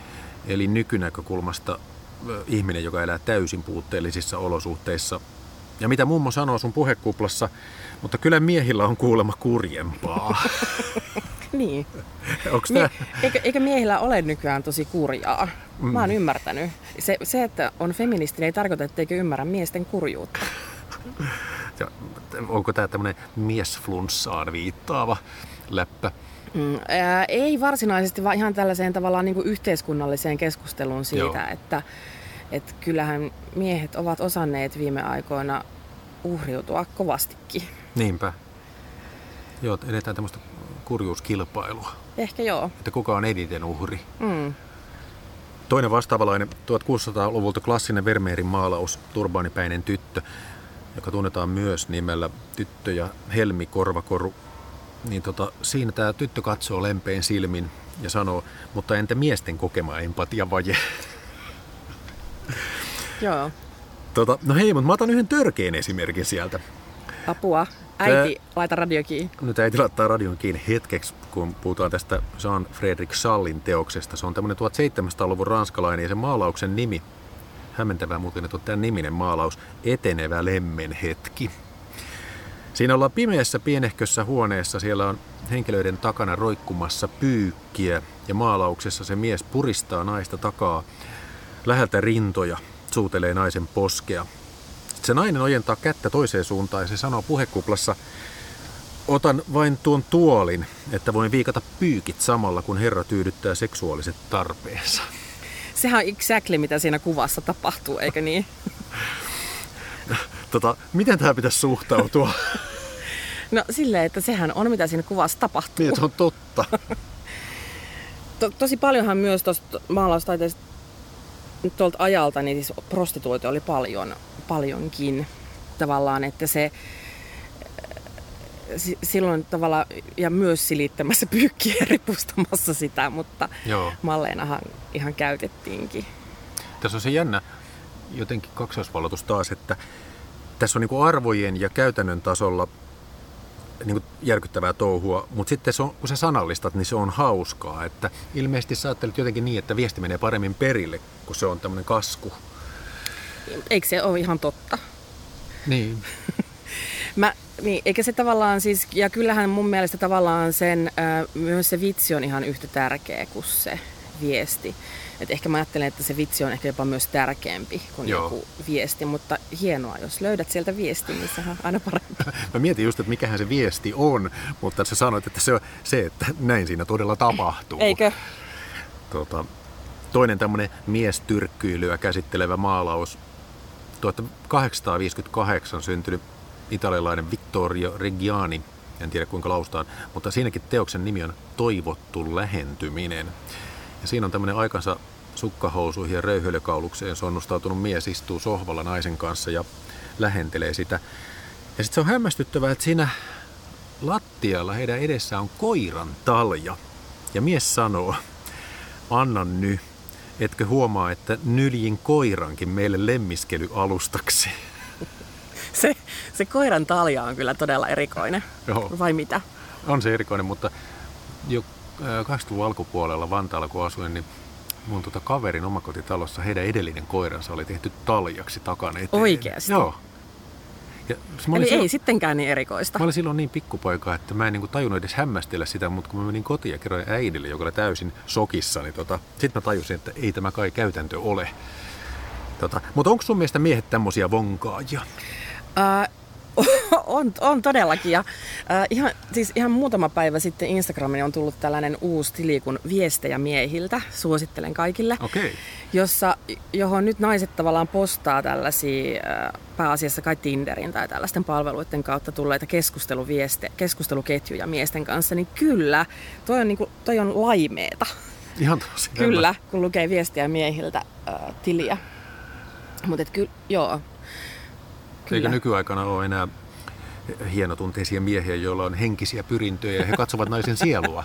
Eli nykynäkökulmasta ihminen, joka elää täysin puutteellisissa olosuhteissa, Ja mitä mummo sanoo sun puhekuplassa, mutta kyllä miehillä on kuulemma kurjempaa. Niin. Onks Mie- tää? eikö, eikö miehillä ole nykyään tosi kurjaa? Mm. Mä oon ymmärtänyt. Se, se, että on feministi, ei tarkoita, etteikö ymmärrä miesten kurjuutta. Ja onko tää tämmönen miesflunssaan viittaava läppä? Mm, ää, ei varsinaisesti, vaan ihan tällaiseen tavallaan niin kuin yhteiskunnalliseen keskusteluun siitä, Joo. että et kyllähän miehet ovat osanneet viime aikoina uhriutua kovastikin. Niinpä. Joo, edetään tämmöistä kurjuuskilpailua. Ehkä joo. Että kuka on eniten uhri. Mm. Toinen vastaavalainen tuhatkuusisataaluvulta klassinen Vermeerin maalaus Turbaanipäinen tyttö, joka tunnetaan myös nimellä Tyttö ja Helmi Korvakoru. Niin tota, siinä tämä tyttö katsoo lempein silmin ja sanoo, mutta entä miesten kokema empatiavaje? Joo. Tota, no hei, mutta mä otan yhden törkeän esimerkin sieltä. Apua. Äiti, Tää, laita radio kiinni. Nyt äiti laittaa radion kiinni hetkeksi, kun puhutaan tästä Jean-Frédéric Challin teoksesta. Se on tämmöinen tuhatseitsemänsataaluvun ranskalainen ja sen maalauksen nimi, hämmentävää muuten, että on tämän niminen maalaus, Etenevä lemmen hetki. Siinä ollaan pimeässä pienehkössä huoneessa, siellä on henkilöiden takana roikkumassa pyykkiä ja maalauksessa se mies puristaa naista takaa läheltä rintoja, suutelee naisen poskea. Sitten se nainen ojentaa kättä toiseen suuntaan ja se sanoo puhekuplassa, otan vain tuon tuolin, että voin viikata pyykit samalla, kun herra tyydyttää seksuaaliset tarpeensa. Sehän on exactly mitä siinä kuvassa tapahtuu, eikö niin? Tota, miten tähän pitäisi suhtautua? No silleen, että sehän on mitä siinä kuvassa tapahtuu. Niin, se on totta. To, tosi paljonhan myös tuosta maalaustaiteesta tuolta ajalta, niin siis prostituoita oli paljon, paljonkin tavallaan, että se silloin tavallaan, ja myös silittämässä pyykkiä ja ripustamassa sitä, mutta Joo. malleenahan ihan käytettiinkin. Tässä on se jännä jotenkin kaksoisvalotus taas, että tässä on niin kuin arvojen ja käytännön tasolla niin kuin järkyttävää touhua, mutta sitten se on, kun sä sanallistat, niin se on hauskaa. Että ilmeisesti sä ajattelet jotenkin niin, että viesti menee paremmin perille, kun se on tämmöinen kasku. Eikö se ole ihan totta? Niin. Mä, niin, eikä se tavallaan siis, ja kyllähän mun mielestä tavallaan sen, äh, myös se vitsi on ihan yhtä tärkeä kuin se viesti. Et ehkä mä ajattelen, että se vitsi on ehkä jopa myös tärkeämpi kuin Joo. joku viesti, mutta hienoa, jos löydät sieltä viestin, niin sehän on aina parempi. Mä mietin just, että mikähän se viesti on, mutta sä sanoit, että se on se, että näin siinä todella tapahtuu. Eikö? Tota, toinen tämmönen miestyrkkyilyä käsittelevä maalaus, tuhatkahdeksansataaviisikymmentäkahdeksan syntynyt italialainen Vittorio Reggiani, en tiedä kuinka laustaan, mutta siinäkin teoksen nimi on Toivottu lähentyminen. Ja siinä on tämmöinen aikansa sukkahousuihin ja röyhöilökaulukseen sonnustautunut mies istuu sohvalla naisen kanssa ja lähentelee sitä. Ja sitten se on hämmästyttävää, että siinä lattialla heidän edessä on koiran talja. Ja mies sanoo, anna nyt, etkö huomaa, että nyljin koirankin meille lemmiskelyalustaksi. Se, se koiran talja on kyllä todella erikoinen. Joo. Vai mitä? On se erikoinen, mutta jo kahdeksankymmentäluvun alkupuolella Vantaalla kun asuin, niin mun tota kaverin omakotitalossa heidän edellinen koiransa oli tehty taljaksi takana eteen. Oikeasti? Joo. Ja Eli silloin, ei sittenkään niin erikoista. Mä olin silloin niin pikkupoika, että mä en niin kuin tajunnut edes hämmästellä sitä, mutta kun mä menin kotiin ja kerroin äidille, joka oli täysin shokissa, niin tota, sit mä tajusin, että ei tämä kai käytäntö ole. Tota, mutta onko sun mielestä miehet tämmöisiä vonkaajia? Uh, on, on todellakin. Ja, uh, ihan, siis ihan muutama päivä sitten Instagramiin on tullut tällainen uusi tili kuin Viestejä miehiltä. Suosittelen kaikille. Okay. Jossa, johon nyt naiset tavallaan postaa tällaisia uh, pääasiassa kai Tinderin tai tällaisten palveluiden kautta tulleita keskusteluvieste, keskusteluketjuja miesten kanssa. Niin kyllä, toi on, niinku, toi on laimeeta. Ihan tosi. Kyllä, kun lukee Viestejä miehiltä uh, tiliä. Mutta kyllä, joo. Kyllä. Eikä nykyaikana ole enää hienotunteisia miehiä, joilla on henkisiä pyrintöjä ja he katsovat naisen sielua.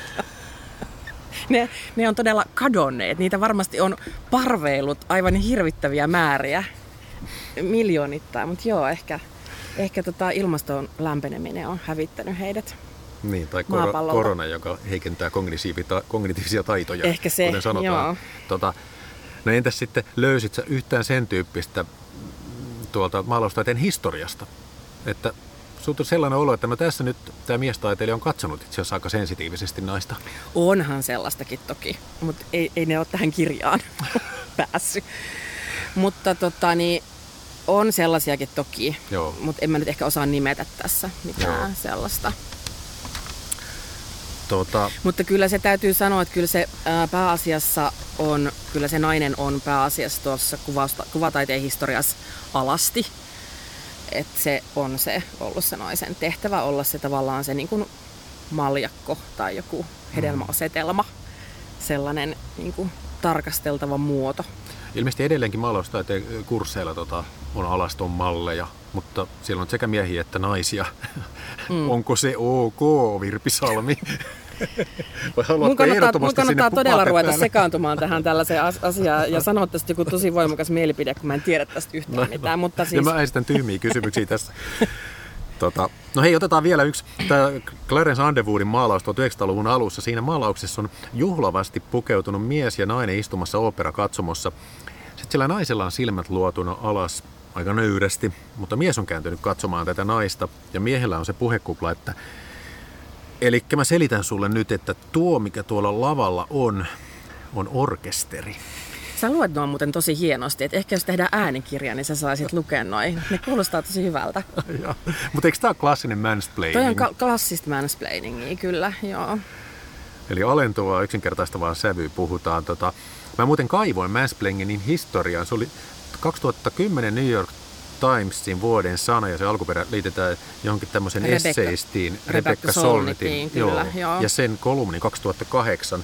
Ne, ne on todella kadonneet. Niitä varmasti on parveillut aivan hirvittäviä määriä miljoonittain. Mutta joo, ehkä, ehkä tota ilmaston lämpeneminen on hävittänyt heidät. Niin, tai kor- korona, joka heikentää kognitiivisia taitoja, ehkä se, kuten sanotaan. Tota, no entäs sitten, löysit sä yhtään sen tyyppistä tuolta maalaustaiteen historiasta. Että sulla on sellainen olo, että no tässä nyt tämä miestaiteilija on katsonut itse asiassa aika sensitiivisesti naista. Onhan sellaistakin toki, mutta ei, ei ne ole tähän kirjaan päässyt. Mutta tota, niin, on sellaisiakin toki, mutta en mä nyt ehkä osaa nimetä tässä mitään Joo. sellaista. Tota... Mutta kyllä se täytyy sanoa, että kyllä se ää, pääasiassa on, kyllä se nainen on pääasiassa tuossa kuvausta, kuvataiteen historiassa alasti. Että se on se ollut se naisen tehtävä olla se tavallaan se niin kuin maljakko tai joku hedelmäasetelma, sellainen niin kuin tarkasteltava muoto. Ilmeisesti edelleenkin maalaustaiteen kursseilla tota, on alaston malleja, mutta siellä on sekä miehiä että naisia. Mm. Onko se ok, Virpi Salmi? Vai haluatko mun kannattaa, ehdottomasti mun kannattaa sinne todella ruveta päälle? Sekaantumaan tähän tällaiseen asiaan ja sanoa tästä joku tosi voimakas mielipide, kun mä en tiedä tästä yhtään no, mitään. Mutta siis... Ja mä esitän tyhmiä kysymyksiä tässä. Tota, no hei, otetaan vielä yksi. Tämä Clarence Underwoodin maalaus tuhatyhdeksänsataaluvun alussa. Siinä maalauksessa on juhlavasti pukeutunut mies ja nainen istumassa ooperakatsomossa. Sitten sillä naisella on silmät luotuna alas aika nöyrästi, mutta mies on kääntynyt katsomaan tätä naista. Ja miehellä on se puhekupla, että eli mä selitän sulle nyt, että tuo mikä tuolla lavalla on, on orkesteri. Sä luet noin muuten tosi hienosti, että ehkä jos tehdään äänikirja, niin sä saisit lukea noin. Ne kuulostaa tosi hyvältä. Mutta eikö tää ole klassinen mansplaining? Toi on ka- klassista mansplainingia, kyllä, joo. Eli alentuvaa, yksinkertaistavaa sävyä puhutaan. Tota, mä muuten kaivoin mansplainingin historiaan. Se oli kaksituhattakymmenen New York Timesin vuoden sana, ja se alkuperä liitetään johonkin tämmöisen Rebecca, esseistiin. Rebecca, Rebecca Solnitin. Kyllä, joo. Joo. Ja sen kolumni kaksituhattakahdeksan.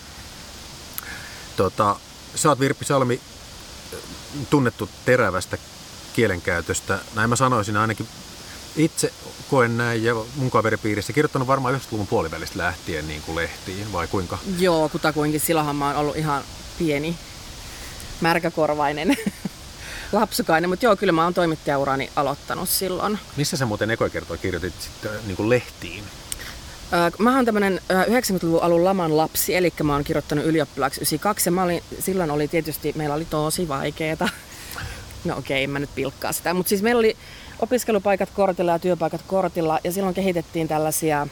Tota, sä oot, Virpi Salmi, tunnettu terävästä kielenkäytöstä. Näin mä sanoisin ainakin. Itse koen näin ja mun kaveripiirissä kirjoittanut varmaan yhdeksänkymmentäluvun puolivälistä lähtien niin kuin lehtiin, vai kuinka? Joo, kutakuinkin. Silloinhan mä oon ollut ihan pieni, märkäkorvainen lapsukainen, mutta joo, kyllä mä oon toimittajaurani aloittanut silloin. Missä sä muuten ekoja kertoa kirjoitit sitten niin kuin lehtiin? Mä oon tämmönen yhdeksänkymmentäluvun alun laman lapsi, eli mä oon kirjoittanut ylioppilaaksi yhdeksänkymmentäkaksi, ja mä olin, silloin oli tietysti, meillä oli tosi vaikeeta. No okei, okay, mä nyt pilkkaa sitä, mutta siis meillä oli opiskelupaikat kortilla ja työpaikat kortilla, ja silloin kehitettiin tällaisia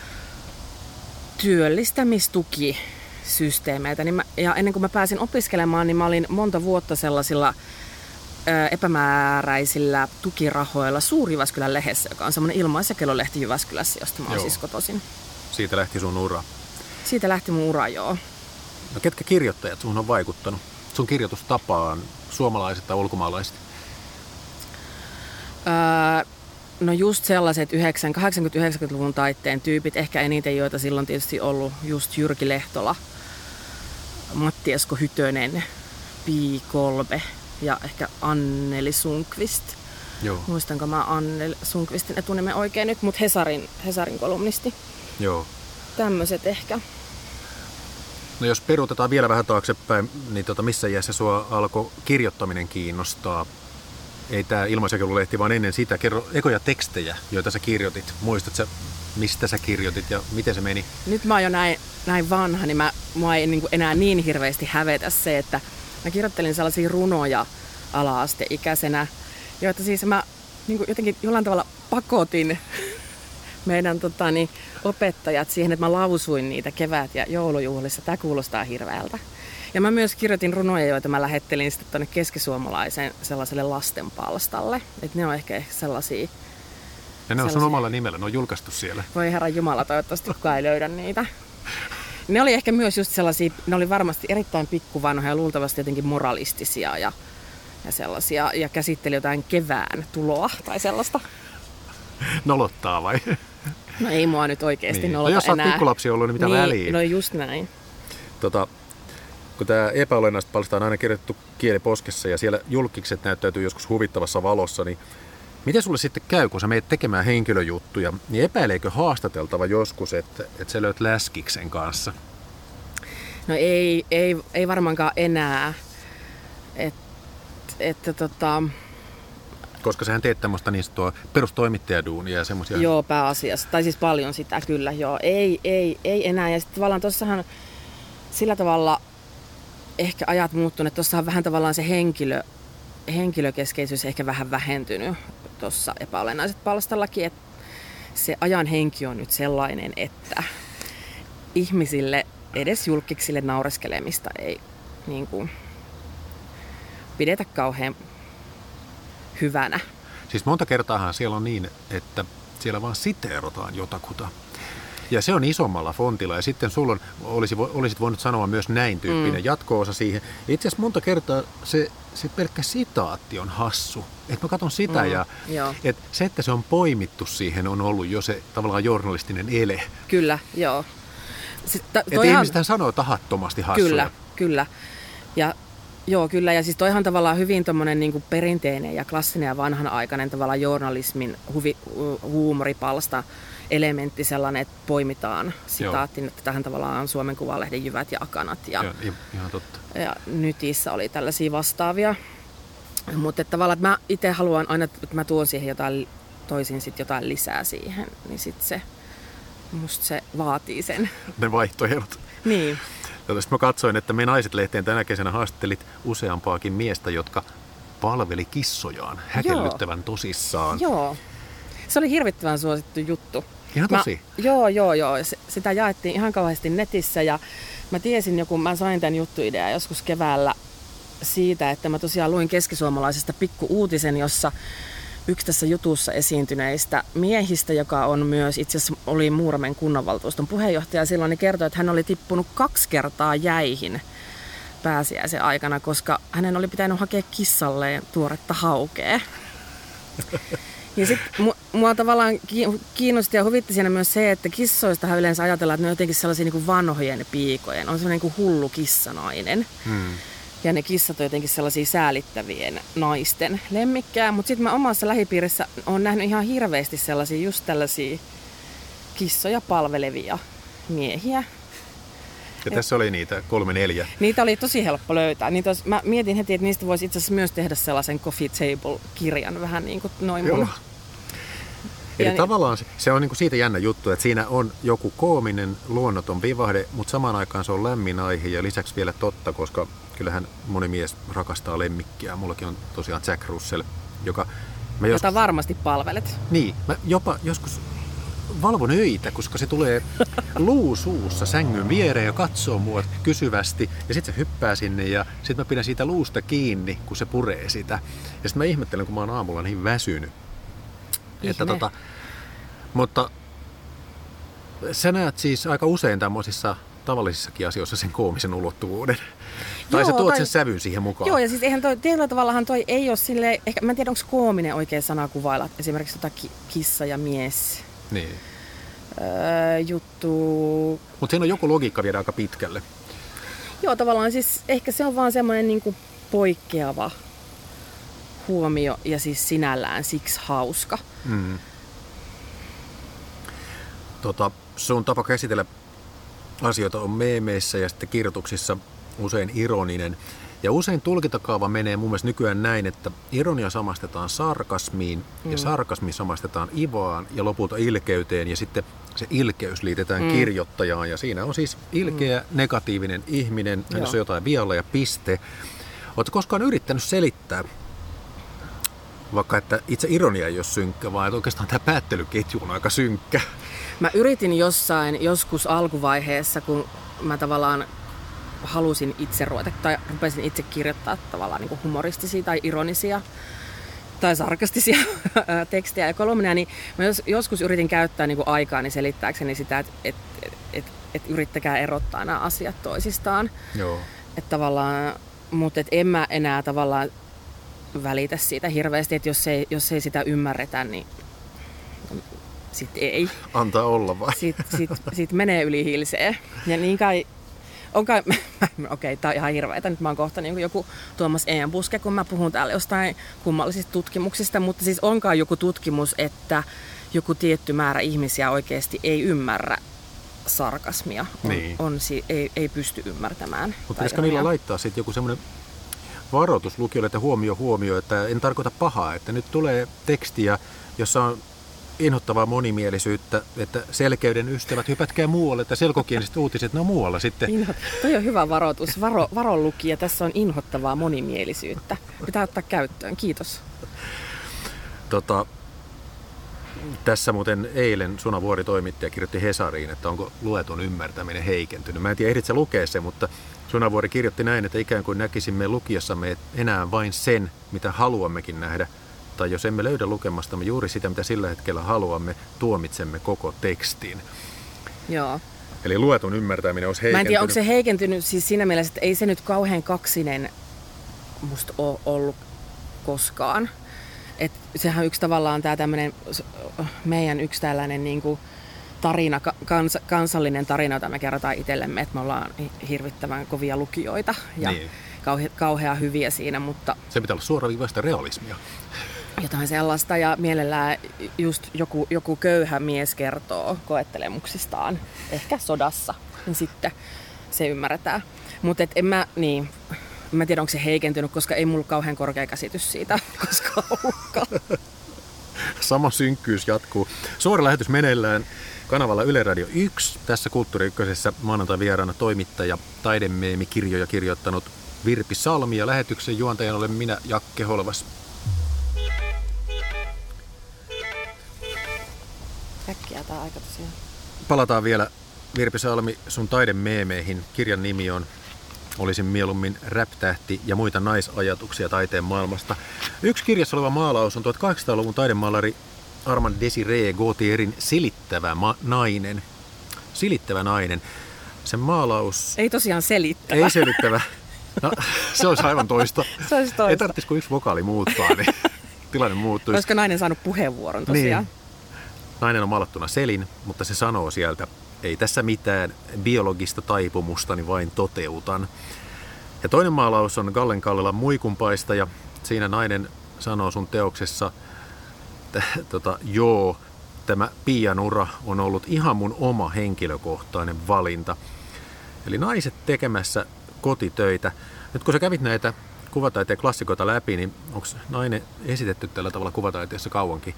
työllistämistukisysteemeitä. Niin mä, ja ennen kuin mä pääsin opiskelemaan, niin mä olin monta vuotta sellaisilla ö, epämääräisillä tukirahoilla Suuri-Jyväskylän lehdessä, joka on semmoinen ilmaisjakelulehti Jyväskylässä, josta mä oon siis kotoisin. Siitä lähti sun ura? Siitä lähti mun ura, joo. No ketkä kirjoittajat sun on vaikuttanut? Sun kirjoitustapaan, suomalaiset tai ulkomaalaiset? Öö, no just sellaiset kahdeksankymmentä-yhdeksänkymmentäluvun taitteen tyypit, ehkä eniten joita silloin tietysti ollut just Jyrki Lehtola, Matti Esko Hytönen, Pii Kolbe ja ehkä Anneli Sundqvist. Joo. Muistanko mä Anneli Sundqvistin etunimen oikein nyt, mutta Hesarin, Hesarin kolumnisti. Joo. Tämmöiset ehkä. No jos peruutetaan vielä vähän taaksepäin, niin tota, missä iässä sua alkoi kirjoittaminen kiinnostaa? Ei tämä ilmaisjakelulehti, vaan ennen sitä. Kerro ekoja tekstejä, joita sä kirjoitit. Muistatko sä, mistä sä kirjoitit ja miten se meni? Nyt mä oon jo näin, näin vanha, niin mä, mua ei niin kuin enää niin hirveästi hävetä se, että mä kirjoittelin sellaisia runoja ala-asteikäisenä, joita siis mä niin kuin jotenkin jollain tavalla pakotin meidän tota, niin, opettajat siihen, että mä lausuin niitä kevät- ja joulujuhlissa. Tämä kuulostaa hirveältä. Ja mä myös kirjoitin runoja, joita mä lähettelin sitten tuonne keskisuomalaisen sellaiselle lastenpalstalle. Että ne on ehkä sellaisia... Ja ne on sellaisia... sun omalla nimellä, ne on julkaistu siellä. Voi herran jumala, toivottavasti kukaan ei löydä niitä. Ne oli ehkä myös just sellaisia, ne oli varmasti erittäin pikkuvanhoja ja luultavasti jotenkin moralistisia ja, ja sellaisia. Ja käsitteli jotain kevään tuloa tai sellaista. Nolottaa vai? No ei mua nyt oikeasti niin. nolota no, jos enää. Jos olet pikkulapsi ollut, niin mitä niin, väliä? No just näin. Tota, kun tämä epäolennaista palsta on aina kirjoitettu kieliposkessa ja siellä julkikset näyttäytyy joskus huvittavassa valossa, niin miten sulle sitten käy, kun sä meet tekemään henkilöjuttuja, niin epäileekö haastateltava joskus, että, että sä löyt läskiksen kanssa? No ei, ei, ei varmaankaan enää. Et, että tota... Koska sähän teet tämmöistä niin sanottua perustoimittajaduunia ja semmoisia... Joo, pääasiassa. Tai siis paljon sitä kyllä, joo. Ei, ei, ei enää. Ja sitten tavallaan tossahan sillä tavalla ehkä ajat muuttunut, että tossahan vähän tavallaan se henkilö henkilökeskeisyys ehkä vähän vähentynyt tuossa epäolennaiset palstallakin, että se ajan henki on nyt sellainen, että ihmisille, edes julkiksille naureskelemista ei niin kuin pidetä kauhean hyvänä. Siis monta kertaahan siellä on niin, että siellä vaan siteerataan jotakuta. Ja se on isommalla fontilla ja sitten sulla on, olisi, olisit voinut sanoa myös näin tyyppinen mm. jatko-osa siihen. Itse asiassa monta kertaa se, se pelkkä sitaatti on hassu. Että mä katson sitä mm, ja että se, että se on poimittu siihen, on ollut jo se tavallaan journalistinen ele. Kyllä, joo. Että ihmisethän sanoo tahattomasti hassuja. Kyllä, kyllä. Ja joo, kyllä. Ja siis toihan tavallaan hyvin tommonen niin kuin perinteinen ja klassinen ja vanhanaikainen tavallaan journalismin huvi, huumoripalsta elementti sellainen, että poimitaan sitaattiin, että tähän tavallaan on Suomen Kuvalehden jyvät ja akanat. Ja, ja, ihan totta. Ja Nytissä oli tällaisia vastaavia. Mutta tavallaan, että mä itse haluan aina, että mä tuon siihen jotain, toisin sit jotain lisää siihen, niin sit se, musta se vaatii sen. Ne vaihtoehdot. Niin. Sitten mä katsoin, että me Naiset-lehteen tänä kesänä haastattelit useampaakin miestä, jotka palveli kissojaan häkellyttävän tosissaan. Joo. Se oli hirvittävän suosittu juttu. Ihan tosi? Mä, joo, joo, joo. Sitä jaettiin ihan kauheasti netissä ja mä tiesin joku, mä sain tämän juttuidean joskus keväällä siitä, että mä tosiaan luin keskisuomalaisesta pikku-uutisen, jossa yksi tässä jutussa esiintyneistä miehistä, joka on myös itse asiassa oli Muuramen kunnanvaltuuston puheenjohtaja silloin, niin kertoi, että hän oli tippunut kaksi kertaa jäihin pääsiäisen aikana, koska hänen oli pitänyt hakea kissalleen tuoretta haukea. Ja sitten mua tavallaan kiinnosti ja huvitti siinä myös se, että kissoistahan yleensä ajatellaan, että ne on jotenkin sellaisia niin kuin vanhojen piikojen. On sellainen niin kuin hullu kissanainen. Hmm. Ja ne kissat on jotenkin sellaisia säälittävien naisten lemmikkää. Mutta sitten mä omassa lähipiirissä olen nähnyt ihan hirveästi sellaisia just tällaisia kissoja palvelevia miehiä. Ja tässä oli niitä kolme neljä. Niitä oli tosi helppo löytää. Niitä olisi, mä mietin heti, että niistä voisi itse asiassa myös tehdä sellaisen coffee table-kirjan vähän niin kuin noin mun. Joo. Eli ja tavallaan se, se on niin kuin siitä jännä juttu, että siinä on joku koominen, luonnoton vivahde, mutta samaan aikaan se on lämmin aihe ja lisäksi vielä totta, koska kyllähän moni mies rakastaa lemmikkiä. Mullakin on tosiaan Jack Russell, joka... Jota joskus, varmasti palvelet. Niin, mä jopa joskus valvon öitä, koska se tulee luu suussa sängyn viereen ja katsoo mua kysyvästi ja sitten se hyppää sinne ja sitten mä pidän siitä luusta kiinni, kun se puree sitä. Ja sitten mä ihmettelen, kun mä oon aamulla niin väsynyt. Että tota, mutta sä näet siis aika usein tämmöisissä tavallisissakin asioissa sen koomisen ulottuvuuden. Tai joo, sä tuot tai, sen sävyn siihen mukaan. Joo, ja siis eihän toi, tietyllä tavallahan toi ei ole silleen, ehkä, mä en tiedä onko koominen oikea sana kuvailla, esimerkiksi tota ki, kissa ja mies niin. öö, juttu. Mutta siinä on joku logiikka viedä aika pitkälle. Joo, tavallaan siis ehkä se on vaan semmoinen niinku poikkeava huomio ja siis sinällään siksi hauska. Mm. Tota, sun tapa käsitellä asioita on meemeissä ja sitten kirjoituksissa usein ironinen. Ja usein tulkintakaava menee mun mielestä nykyään näin, että ironia samastetaan sarkasmiin mm. ja sarkasmi samastetaan ivaan ja lopulta ilkeyteen ja sitten se ilkeys liitetään mm. kirjoittajaan. Ja siinä on siis ilkeä, mm. negatiivinen ihminen, hänessä on jotain vialla ja piste. Oletko koskaan yrittänyt selittää, vaikka että itse ironia ei ole synkkä, vaan että oikeastaan tämä päättelyketju on aika synkkä? Mä yritin jossain, joskus alkuvaiheessa, kun mä tavallaan halusin itse ruveta, tai rupesin itse kirjoittaa tavallaan niin kuin humoristisia tai ironisia tai sarkastisia tekstejä ja kolumneja, niin mä jos, joskus yritin käyttää niin kuin aikaani selittääkseni sitä, että et, et, et, et yrittäkää erottaa nämä asiat toisistaan. Joo. Että tavallaan, mutta et en mä enää tavallaan välitä siitä hirveästi, että jos ei, jos ei sitä ymmärretä, niin sitten ei. Antaa olla vai? Sitten sit, sit menee yli hilseen. Ja niin kai, onkai, okei, okay, tää on ihan hirveetä. Nyt mä oon kohta niin joku Tuomas Eembuske, kun mä puhun täällä jostain kummallisista tutkimuksista, mutta siis onkaan joku tutkimus, että joku tietty määrä ihmisiä oikeasti ei ymmärrä sarkasmia. On, niin. on, ei, ei pysty ymmärtämään. Mutta pitäisikö niillä laittaa sitten joku semmoinen varoitus lukijoille, että huomio, huomio, että en tarkoita pahaa, että nyt tulee tekstiä, jossa on inhottavaa monimielisyyttä, että selkeyden ystävät, hypätkää muualle, että selkokieliset uutiset, ne on muualla sitten. Inhot. Toi on hyvä varoitus. Varo, varo lukija, tässä on inhottavaa monimielisyyttä. Pitää ottaa käyttöön, kiitos. Tota, tässä muuten eilen Suna Vuori toimittaja kirjoitti Hesariin, että onko luetun ymmärtäminen heikentynyt. Mä en tiedä, ehdit sä lukea sen, mutta Suna Vuori kirjoitti näin, että ikään kuin näkisimme lukiessamme enää vain sen, mitä haluammekin nähdä. Tai jos emme löydä lukemastamme juuri sitä, mitä sillä hetkellä haluamme, tuomitsemme koko tekstin. Joo. Eli luetun ymmärtäminen olisi heikentynyt. Mä en tiedä, onko se heikentynyt siis siinä mielessä, että ei se nyt kauhean kaksinen musta ole ollut koskaan. Et sehän yksi tavallaan tää tämmönen, meidän yksi tällainen niinku tarina, kans, kansallinen tarina, jota me kerrotaan itsellemme, että me ollaan hirvittävän kovia lukijoita ja niin. kauhe, kauhean hyviä siinä, mutta... Se pitää olla suoraviivaista realismia. Jotain sellaista ja mielellään just joku, joku köyhä mies kertoo koettelemuksistaan, ehkä sodassa, niin sitten se ymmärretään. Mutta en mä, niin, mä tiedä onko se heikentynyt, koska ei mulla kauhean korkea käsitys siitä koskaan ollutkaan. Sama synkkyys jatkuu. Suora lähetys meneillään kanavalla Yle Radio yksi. Tässä Kulttuuri Ykkösessä maanantai vieraana toimittaja, taidemeemikirjoja kirjoittanut Virpi Salmi ja lähetyksen juontajana olen minä, Jakke Holvas. Äkkiä tää aika tosiaan. Palataan vielä, Virpi Salmi, sun taidemeemeihin. Kirjan nimi on Olisin mieluummin rap-tähti ja muita naisajatuksia taiteen maailmasta. Yksi kirjassa oleva maalaus on tuhatkahdeksansataaluvun taidemaalari Armand Désiré Gautierin Silittävä ma- nainen. Silittävä nainen. Se maalaus... Ei tosiaan selittävä. Ei selittävä. No, se olisi aivan toista. Se olisi toista. Ei tarvitsisi kuin yksi vokaali muuttaa, niin tilanne muuttuisi. Olisiko nainen saanut puheenvuoron tosiaan? Niin. Nainen on maalattuna selin, mutta se sanoo sieltä, ei tässä mitään biologista taipumustani vain toteutan. Ja toinen maalaus on Gallen Kallelan Muikunpaista ja siinä nainen sanoo sun teoksessa, että tota, joo, tämä Pian ura on ollut ihan mun oma henkilökohtainen valinta. Eli naiset tekemässä kotitöitä. Nyt kun sä kävit näitä kuvataiteen klassikoita läpi, niin onko nainen esitetty tällä tavalla kuvataiteessa kauankin?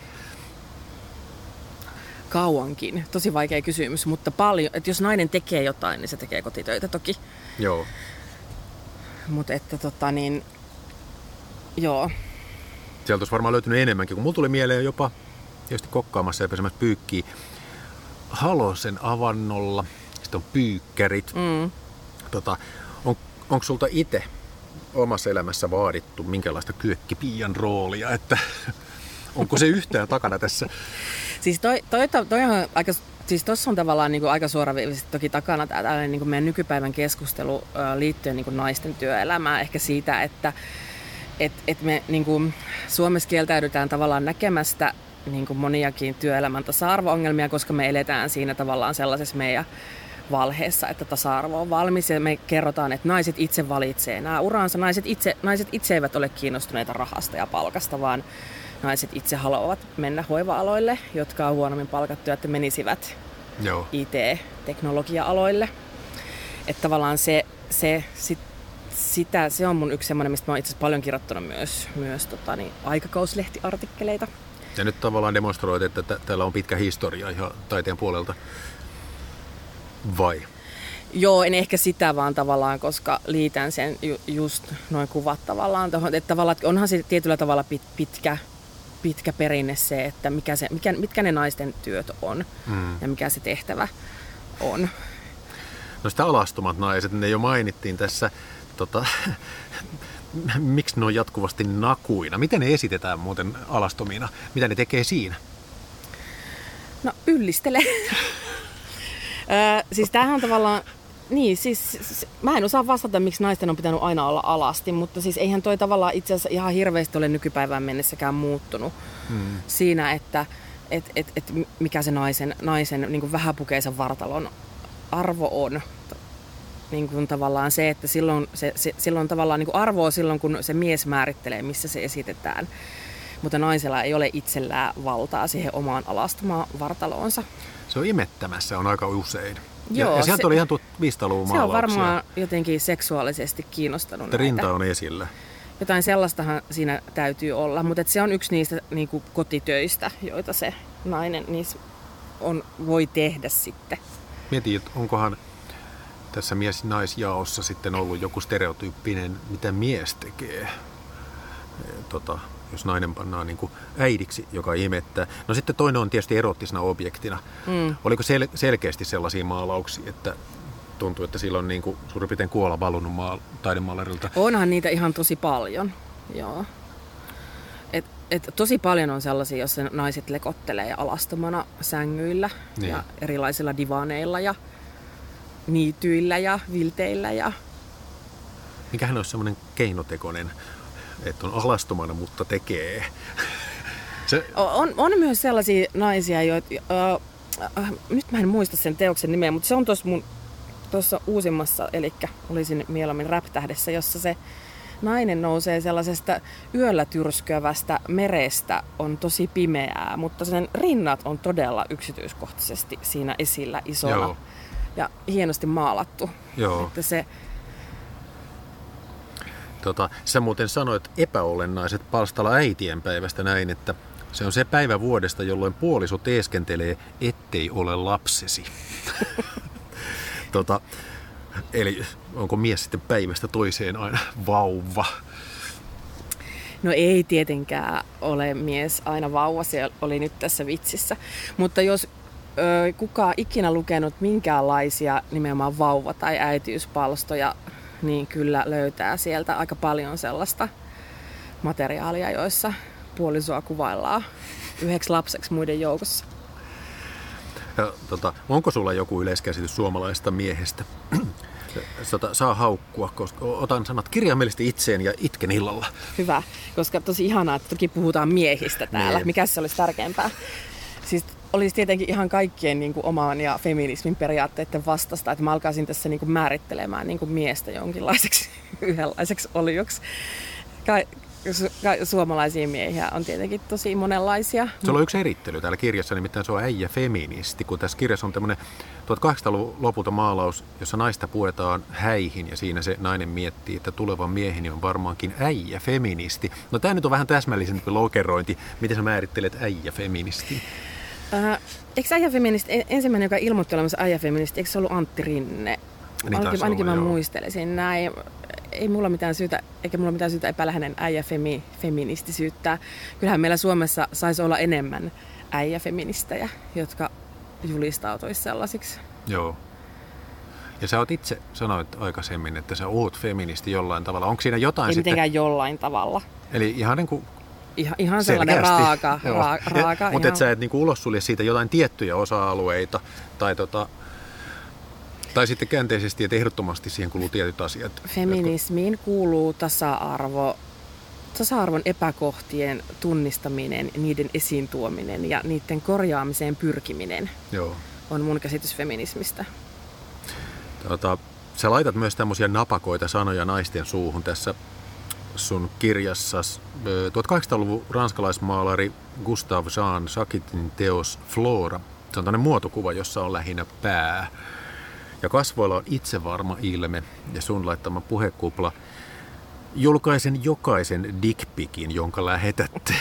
Kauankin. Tosi vaikea kysymys, mutta paljon. Että jos nainen tekee jotain, niin se tekee kotitöitä toki. Joo. Mutta että tota niin, joo. Sieltä olisi varmaan löytynyt enemmänkin, kun mulla tuli mieleen jopa tietysti kokkaamassa ja pesemässä pyykkiä Halosen avannolla. Sitten on pyykkärit. Mm. Tota, on, onko sulta itse omassa elämässä vaadittu minkälaista kyökkipiian roolia, että onko se yhtään takana tässä? Siis toi, toi, toi, toi on aika, siis tossa on tavallaan niin kuin aika suoraviivaisesti toki takana tämä tällainen niin kuin meidän nykypäivän keskustelu liittyen niin kuin naisten työelämään. Ehkä siitä, että et, et me niin kuin Suomessa kieltäydytään tavallaan näkemästä niin kuin moniakin työelämän tasa-arvo-ongelmia, koska me eletään siinä tavallaan sellaisessa meidän valheessa, että tasa-arvo on valmis ja me kerrotaan, että naiset itse valitsee nämä uransa. Naiset itse, naiset itse eivät ole kiinnostuneita rahasta ja palkasta, vaan naiset itse haluavat mennä hoiva-aloille, jotka on huonommin palkattuja, että menisivät Joo. I T-teknologia-aloille. Että tavallaan se, se, sit, sitä, se on mun yksi semmoinen, mistä mä oon itse asiassa paljon kirjoittanut myös, myös tota, niin, aikakauslehtiartikkeleita. Ja nyt tavallaan demonstroit, että t- täällä on pitkä historia ihan taiteen puolelta. Vai? Joo, en ehkä sitä vaan tavallaan, koska liitän sen ju, just noin kuvat tavallaan tohon. Että tavallaan, onhan se tietyllä tavalla pit, pitkä, pitkä perinne se, että mikä se, mikä, mitkä ne naisten työt on mm. ja mikä se tehtävä on. No sitä alastomat naiset, ne jo mainittiin tässä. Tota, miksi ne on jatkuvasti nakuina? Miten ne esitetään muuten alastomina? Mitä ne tekee siinä? No yllistele. Ö, siis tämähän on tavallaan, niin siis mä en osaa vastata, miksi naisten on pitänyt aina olla alasti, mutta siis eihän toi tavallaan itse asiassa ihan hirveästi ole nykypäivään mennessäkään muuttunut hmm. siinä, että et, et, et mikä se naisen, naisen niin kuin vähäpukeisen vartalon arvo on. Niin kuin tavallaan se, että silloin, se, se, silloin tavallaan niin kuin arvoa silloin, kun se mies määrittelee, missä se esitetään. Mutta naisella ei ole itsellään valtaa siihen omaan alastomaan vartaloonsa. Se on imettämässä on aika usein. Joo, ja, ja sieltä se, oli ihan viisisadan-luvun se maalauksia. on varmaan jotenkin seksuaalisesti kiinnostanut näitä. Rinta on esillä. Jotain sellaistahan siinä täytyy olla, mutta se on yksi niistä niin kuin kotitöistä, joita se nainen niissä on, voi tehdä sitten. Mietin, että onkohan tässä mies-naisjaossa sitten ollut joku stereotyyppinen, mitä mies tekee. tota, jos nainen pannaan niin kuin äidiksi, joka imettää. No sitten toinen on tietysti erottisena objektina. Mm. Oliko sel- selkeästi sellaisia maalauksia, että tuntuu, että sillä on niin kuin suurin piirtein kuola valunut maa- taidemaalarilta? Onhan niitä ihan tosi paljon, joo. Et, et tosi paljon on sellaisia, joissa naiset lekottelee alastomana sängyillä niin. Ja erilaisilla divaneilla ja niityillä ja vilteillä. Ja... Mikähän olisi semmoinen keinotekoinen, että on alastomana, mutta tekee? Se... On, on myös sellaisia naisia, joita... Äh, äh, nyt mä en muista sen teoksen nimeä, mutta se on tuossa mun tuossa uusimmassa, eli olisin mieluummin Rap-tähdessä, jossa se nainen nousee sellaisesta yöllä tyrskyävästä merestä, on tosi pimeää, mutta sen rinnat on todella yksityiskohtaisesti siinä esillä isona. Joo. Ja hienosti maalattu. Joo. Että se... Tota, sä muuten sanoit epäolennaiset palstalla äitien päivästä näin, että se on se päivä vuodesta, jolloin puoliso teeskentelee, ettei ole lapsesi. tota, eli onko mies sitten päivästä toiseen aina vauva? No ei tietenkään ole mies aina vauva, se oli nyt tässä vitsissä. Mutta jos ö, kukaan ikinä lukenut minkäänlaisia nimenomaan vauva- tai äitiyspalstoja, niin kyllä löytää sieltä aika paljon sellaista materiaalia, joissa puolisoa kuvaillaan yhdeksi lapseksi muiden joukossa. Ja, tota, onko sulla joku yleiskäsitys suomalaisesta miehestä? Sota, saa haukkua, koska otan sanat kirjaimellisesti itseen ja itken illalla. Hyvä, koska tosi ihanaa, että toki puhutaan miehistä täällä. Niin. Mikäs se olisi tärkeämpää? Siis olisi tietenkin ihan kaikkien niin kuin, oman ja feminismin periaatteiden vastasta, että mä alkaisin tässä niin kuin, määrittelemään niin kuin, miestä jonkinlaiseksi yhdenlaiseksi olioksi. Ka- su- suomalaisia miehiä on tietenkin tosi monenlaisia. Se on yksi erittely täällä kirjassa, nimittäin se on äijä feministi, kun tässä kirjassa on tämmöinen tuhatkahdeksansataaluvun lopulta maalaus, jossa naista puetaan häihin ja siinä se nainen miettii, että tuleva mieheni on varmaankin äijä feministi. No tämä nyt on vähän täsmällisempi lokerointi. Miten sä määrittelet äijä feministi? Äh, eikö äijäfeministi, ensimmäinen, joka ilmoitti olemassa äijäfeministi, eikö se ollut Antti Rinne? Niin ainakin ainakin olla, mä joo. muistelisin näin. Ei mulla mitään syytä, eikä mulla mitään syytä epäillä hänen äijäfeministisyyttää. Kyllähän meillä Suomessa saisi olla enemmän äijäfeministejä, jotka julistautuisi sellaisiksi. Joo. Ja sä oot itse sanoit aikaisemmin, että sä oot feministi jollain tavalla. Onko siinä jotain Ei sitten... mitenkään jollain tavalla. Eli ihan niin kuin... Ihan, ihan sellainen raaka. Ra, raaka mutta et sä et niinku ulos sulje siitä jotain tiettyjä osa-alueita tai, tota, tai sitten käänteisesti, että ehdottomasti siihen kuuluu tietyt asiat. Feminismiin jotka... kuuluu tasa-arvo, tasa-arvon epäkohtien tunnistaminen, niiden esiin tuominen ja niiden korjaamiseen pyrkiminen. Joo. On mun käsitys feminismistä. Tota, sä laitat myös tämmöisiä napakoita sanoja naisten suuhun tässä sun kirjassasi. tuhatkahdeksansataaluvun ranskalaismaalari Gustave Jean Jacquetin teos Flora. Se on tämmöinen muotokuva, jossa on lähinnä pää. Ja kasvoilla on itsevarma ilme ja sun laittama puhekupla. Julkaisen jokaisen dickpikin, jonka lähetätte.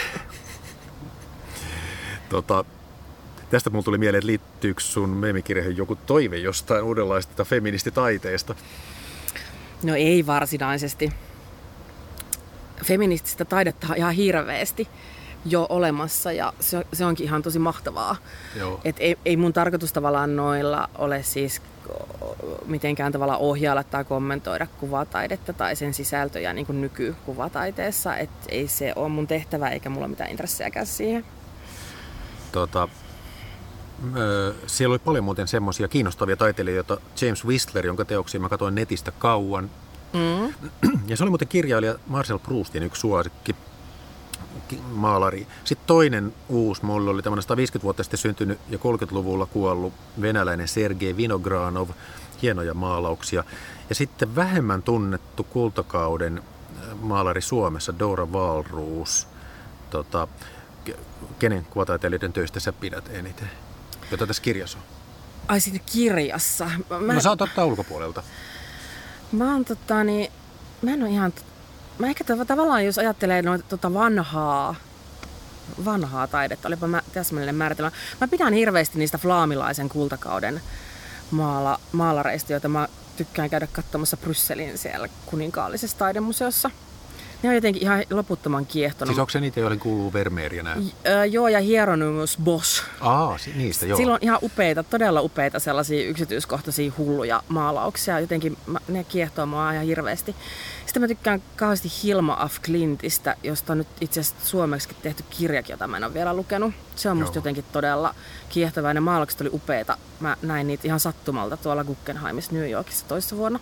tota, tästä mun tuli mieleen, että liittyykö sun meemikirjeihin joku toive jostain uudenlaista feministitaiteesta? No ei varsinaisesti. Feminististä taidetta on ihan hirveästi jo olemassa ja se, se onkin ihan tosi mahtavaa. Et ei, ei mun tarkoitus tavallaan noilla ole siis mitenkään tavallaan ohjailla tai kommentoida kuvataidetta tai sen sisältöjä niin kuin nykykuvataiteessa. Et ei se ole mun tehtävä eikä mulla mitään intressejäkään siihen. Tota, ö, siellä oli paljon muuten semmoisia kiinnostavia taiteilijoita. James Whistler, jonka teoksia mä katsoin netistä kauan. Mm. Ja se oli muuten kirjailija Marcel Proustin yksi suosikki maalari. Sitten toinen uusi mulla oli tämmöinen sata viisikymmentä vuotta sitten syntynyt ja kolmekymmentäluvulla kuollut venäläinen Sergei Vinogradov. Hienoja maalauksia. Ja sitten vähemmän tunnettu kultakauden maalari Suomessa Dora Wahlroos. Tota, kenen kuvataiteilijoiden töistä sä pidät eniten? Jota tässä kirjassa on. Ai siinä kirjassa? Mä... No sä oot ottaa ulkopuolelta. Mä oon tota niin, mä en oo ihan, mä ehkä tavallaan jos ajattelee noita tota vanhaa, vanhaa taidetta, olipa mä täsmälleen määritelmä. Mä pidän hirveästi niistä flaamilaisen kultakauden maala, maalareista, joita mä tykkään käydä katsomassa Brysselin siellä kuninkaallisessa taidemuseossa. ne on jotenkin ihan loputtoman kiehtonut. Siis onko se niitä, joihin kuuluu Vermeer ja näin? Öö, joo, ja Hieronymus Bosch. Aa, niistä joo. Silloin ihan upeita, todella upeita sellaisia yksityiskohtaisia hulluja maalauksia. Jotenkin ne kiehtoo mua ihan hirveästi. Sitten mä tykkään kauheasti Hilma af Klintistä, josta on nyt itse asiassa suomeksi tehty kirjakin, jota mä en ole vielä lukenut. Se on musta joo. jotenkin todella kiehtovaa. Ne maalaukset oli upeita. Mä näin niitä ihan sattumalta tuolla Guggenheimissa New Yorkissa toissa vuonna.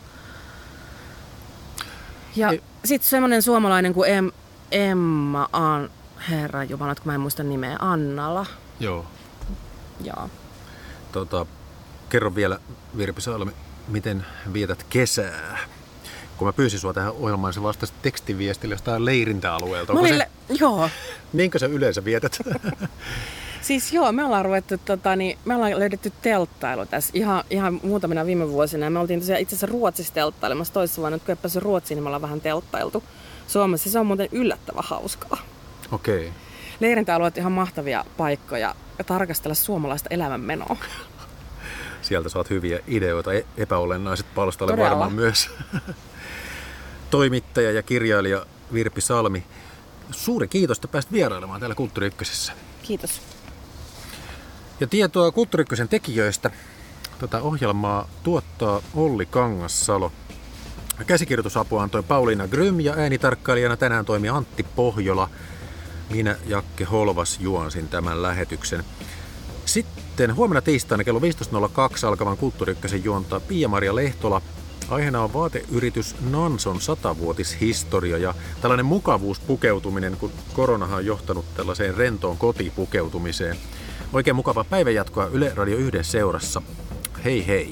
Ja e- sitten semmoinen suomalainen kuin em, Emma An, herra jumala, kun mä en muista nimeä, Annala. Joo. Joo. Tota, kerro vielä, Virpi Salmi, miten vietät kesää? Kun mä pyysin sua tähän ohjelmaan, se vastasi tekstiviestille jostain leirintäalueelta. Mä olin, se, joo. Niinkö sä yleensä vietät? Siis joo, me ollaan ruvettu, tota, niin, me ollaan löydetty telttailu tässä ihan, ihan muutamina viime vuosina. Me oltiin tosiaan itse asiassa Ruotsissa telttailemassa toisessa vuonna, kun ei päässyt Ruotsiin, niin me ollaan vähän telttailtu Suomessa. Se on muuten yllättävän hauskaa. Okei. Okay. Leirintäalueet ihan mahtavia paikkoja ja tarkastella suomalaista elämänmenoa. Sieltä saat hyviä ideoita, epäolennaiset palstalle varmaan myös. Toimittaja ja kirjailija Virpi Salmi, suuri kiitos, että pääsit vierailemaan täällä Kulttuuri Ykkösessä. Kiitos. Ja tietoa Kulttuuri Ykkösen tekijöistä tätä ohjelmaa tuottaa Olli Kangassalo. Käsikirjoitusapua antoi Pauliina Grym ja äänitarkkailijana tänään toimi Antti Pohjola. Minä, Jakke Holvas, juonsin tämän lähetyksen. Sitten huomenna tiistaina kello viisitoista nolla kaksi alkavan Kulttuuri Ykkösen juontaa Pia-Maria Lehtola. Aiheena on vaateyritys Nanson satavuotishistoria ja tällainen mukavuuspukeutuminen, kun koronahan on johtanut tällaiseen rentoon kotipukeutumiseen. Oikein mukavaa päivänjatkoa Yle Radio yhden seurassa. Hei hei!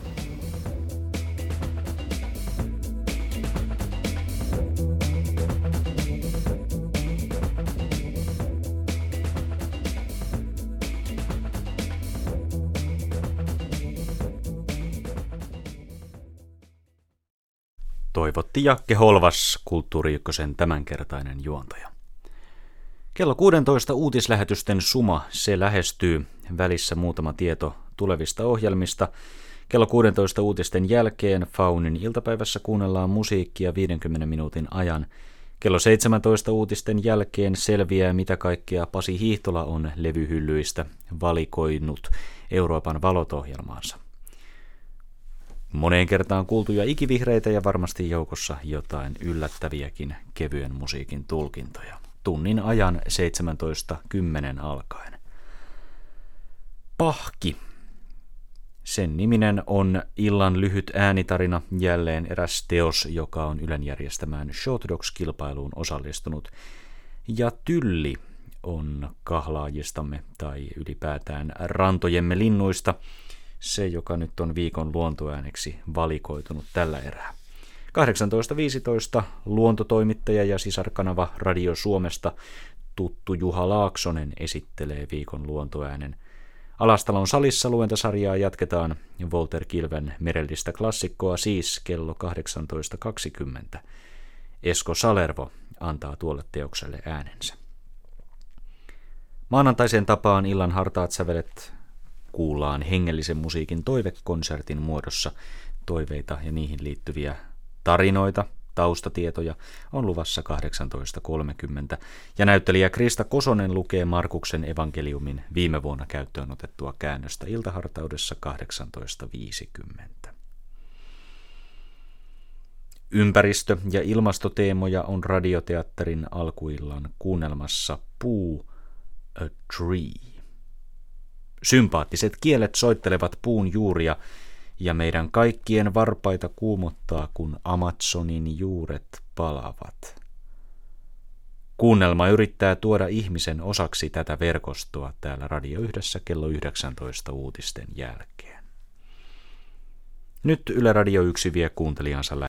Toivotti Jakke Holvas, Kulttuuri Ykkösen tämänkertainen juontaja. Kello kuusitoista uutislähetysten suma, se lähestyy. Välissä muutama tieto tulevista ohjelmista. Kello kuusitoista uutisten jälkeen Faunin iltapäivässä kuunnellaan musiikkia viidenkymmenen minuutin ajan. Kello seitsemäntoista uutisten jälkeen selviää, mitä kaikkea Pasi Hiihtola on levyhyllyistä valikoinut Euroopan valot-ohjelmaansa. Moneen kertaan kuultuja ikivihreitä ja varmasti joukossa jotain yllättäviäkin kevyen musiikin tulkintoja. Tunnin ajan seitsemäntoista kymmenen alkaen. Pahki. Sen niminen on illan lyhyt äänitarina, jälleen eräs teos, joka on Ylen järjestämään Short Dogs-kilpailuun osallistunut. Ja Tylli on kahlaajistamme tai ylipäätään rantojemme linnuista se, joka nyt on viikon luontoääneksi valikoitunut tällä erää. kahdeksantoista viisitoista luontotoimittaja ja sisarkanava Radio Suomesta tuttu Juha Laaksonen esittelee viikon luontoäänen. Alastalon salissa luentasarjaa jatketaan Walter Kilven merellistä klassikkoa siis kello kahdeksantoista kaksikymmentä. Esko Salervo antaa tuolle teokselle äänensä. Maanantaiseen tapaan illan hartaat sävelet kuullaan hengellisen musiikin toivekonsertin muodossa. Toiveita ja niihin liittyviä tarinoita, taustatietoja on luvassa kahdeksantoista kolmekymmentä ja näyttelijä Krista Kosonen lukee Markuksen evankeliumin viime vuonna käyttöön otettua käännöstä iltahartaudessa kahdeksantoista viisikymmentä. Ympäristö- ja ilmastoteemoja on radioteatterin alkuillan kuunnelmassa Puu, a Tree. Sympaattiset kielet soittelevat puun juuria ja meidän kaikkien varpaita kuumottaa, kun Amazonin juuret palavat. Kuunnelma yrittää tuoda ihmisen osaksi tätä verkostoa täällä Radio Yhdessä kello yhdeksäntoista uutisten jälkeen. Nyt Yle Radio yksi vie kuuntelijansa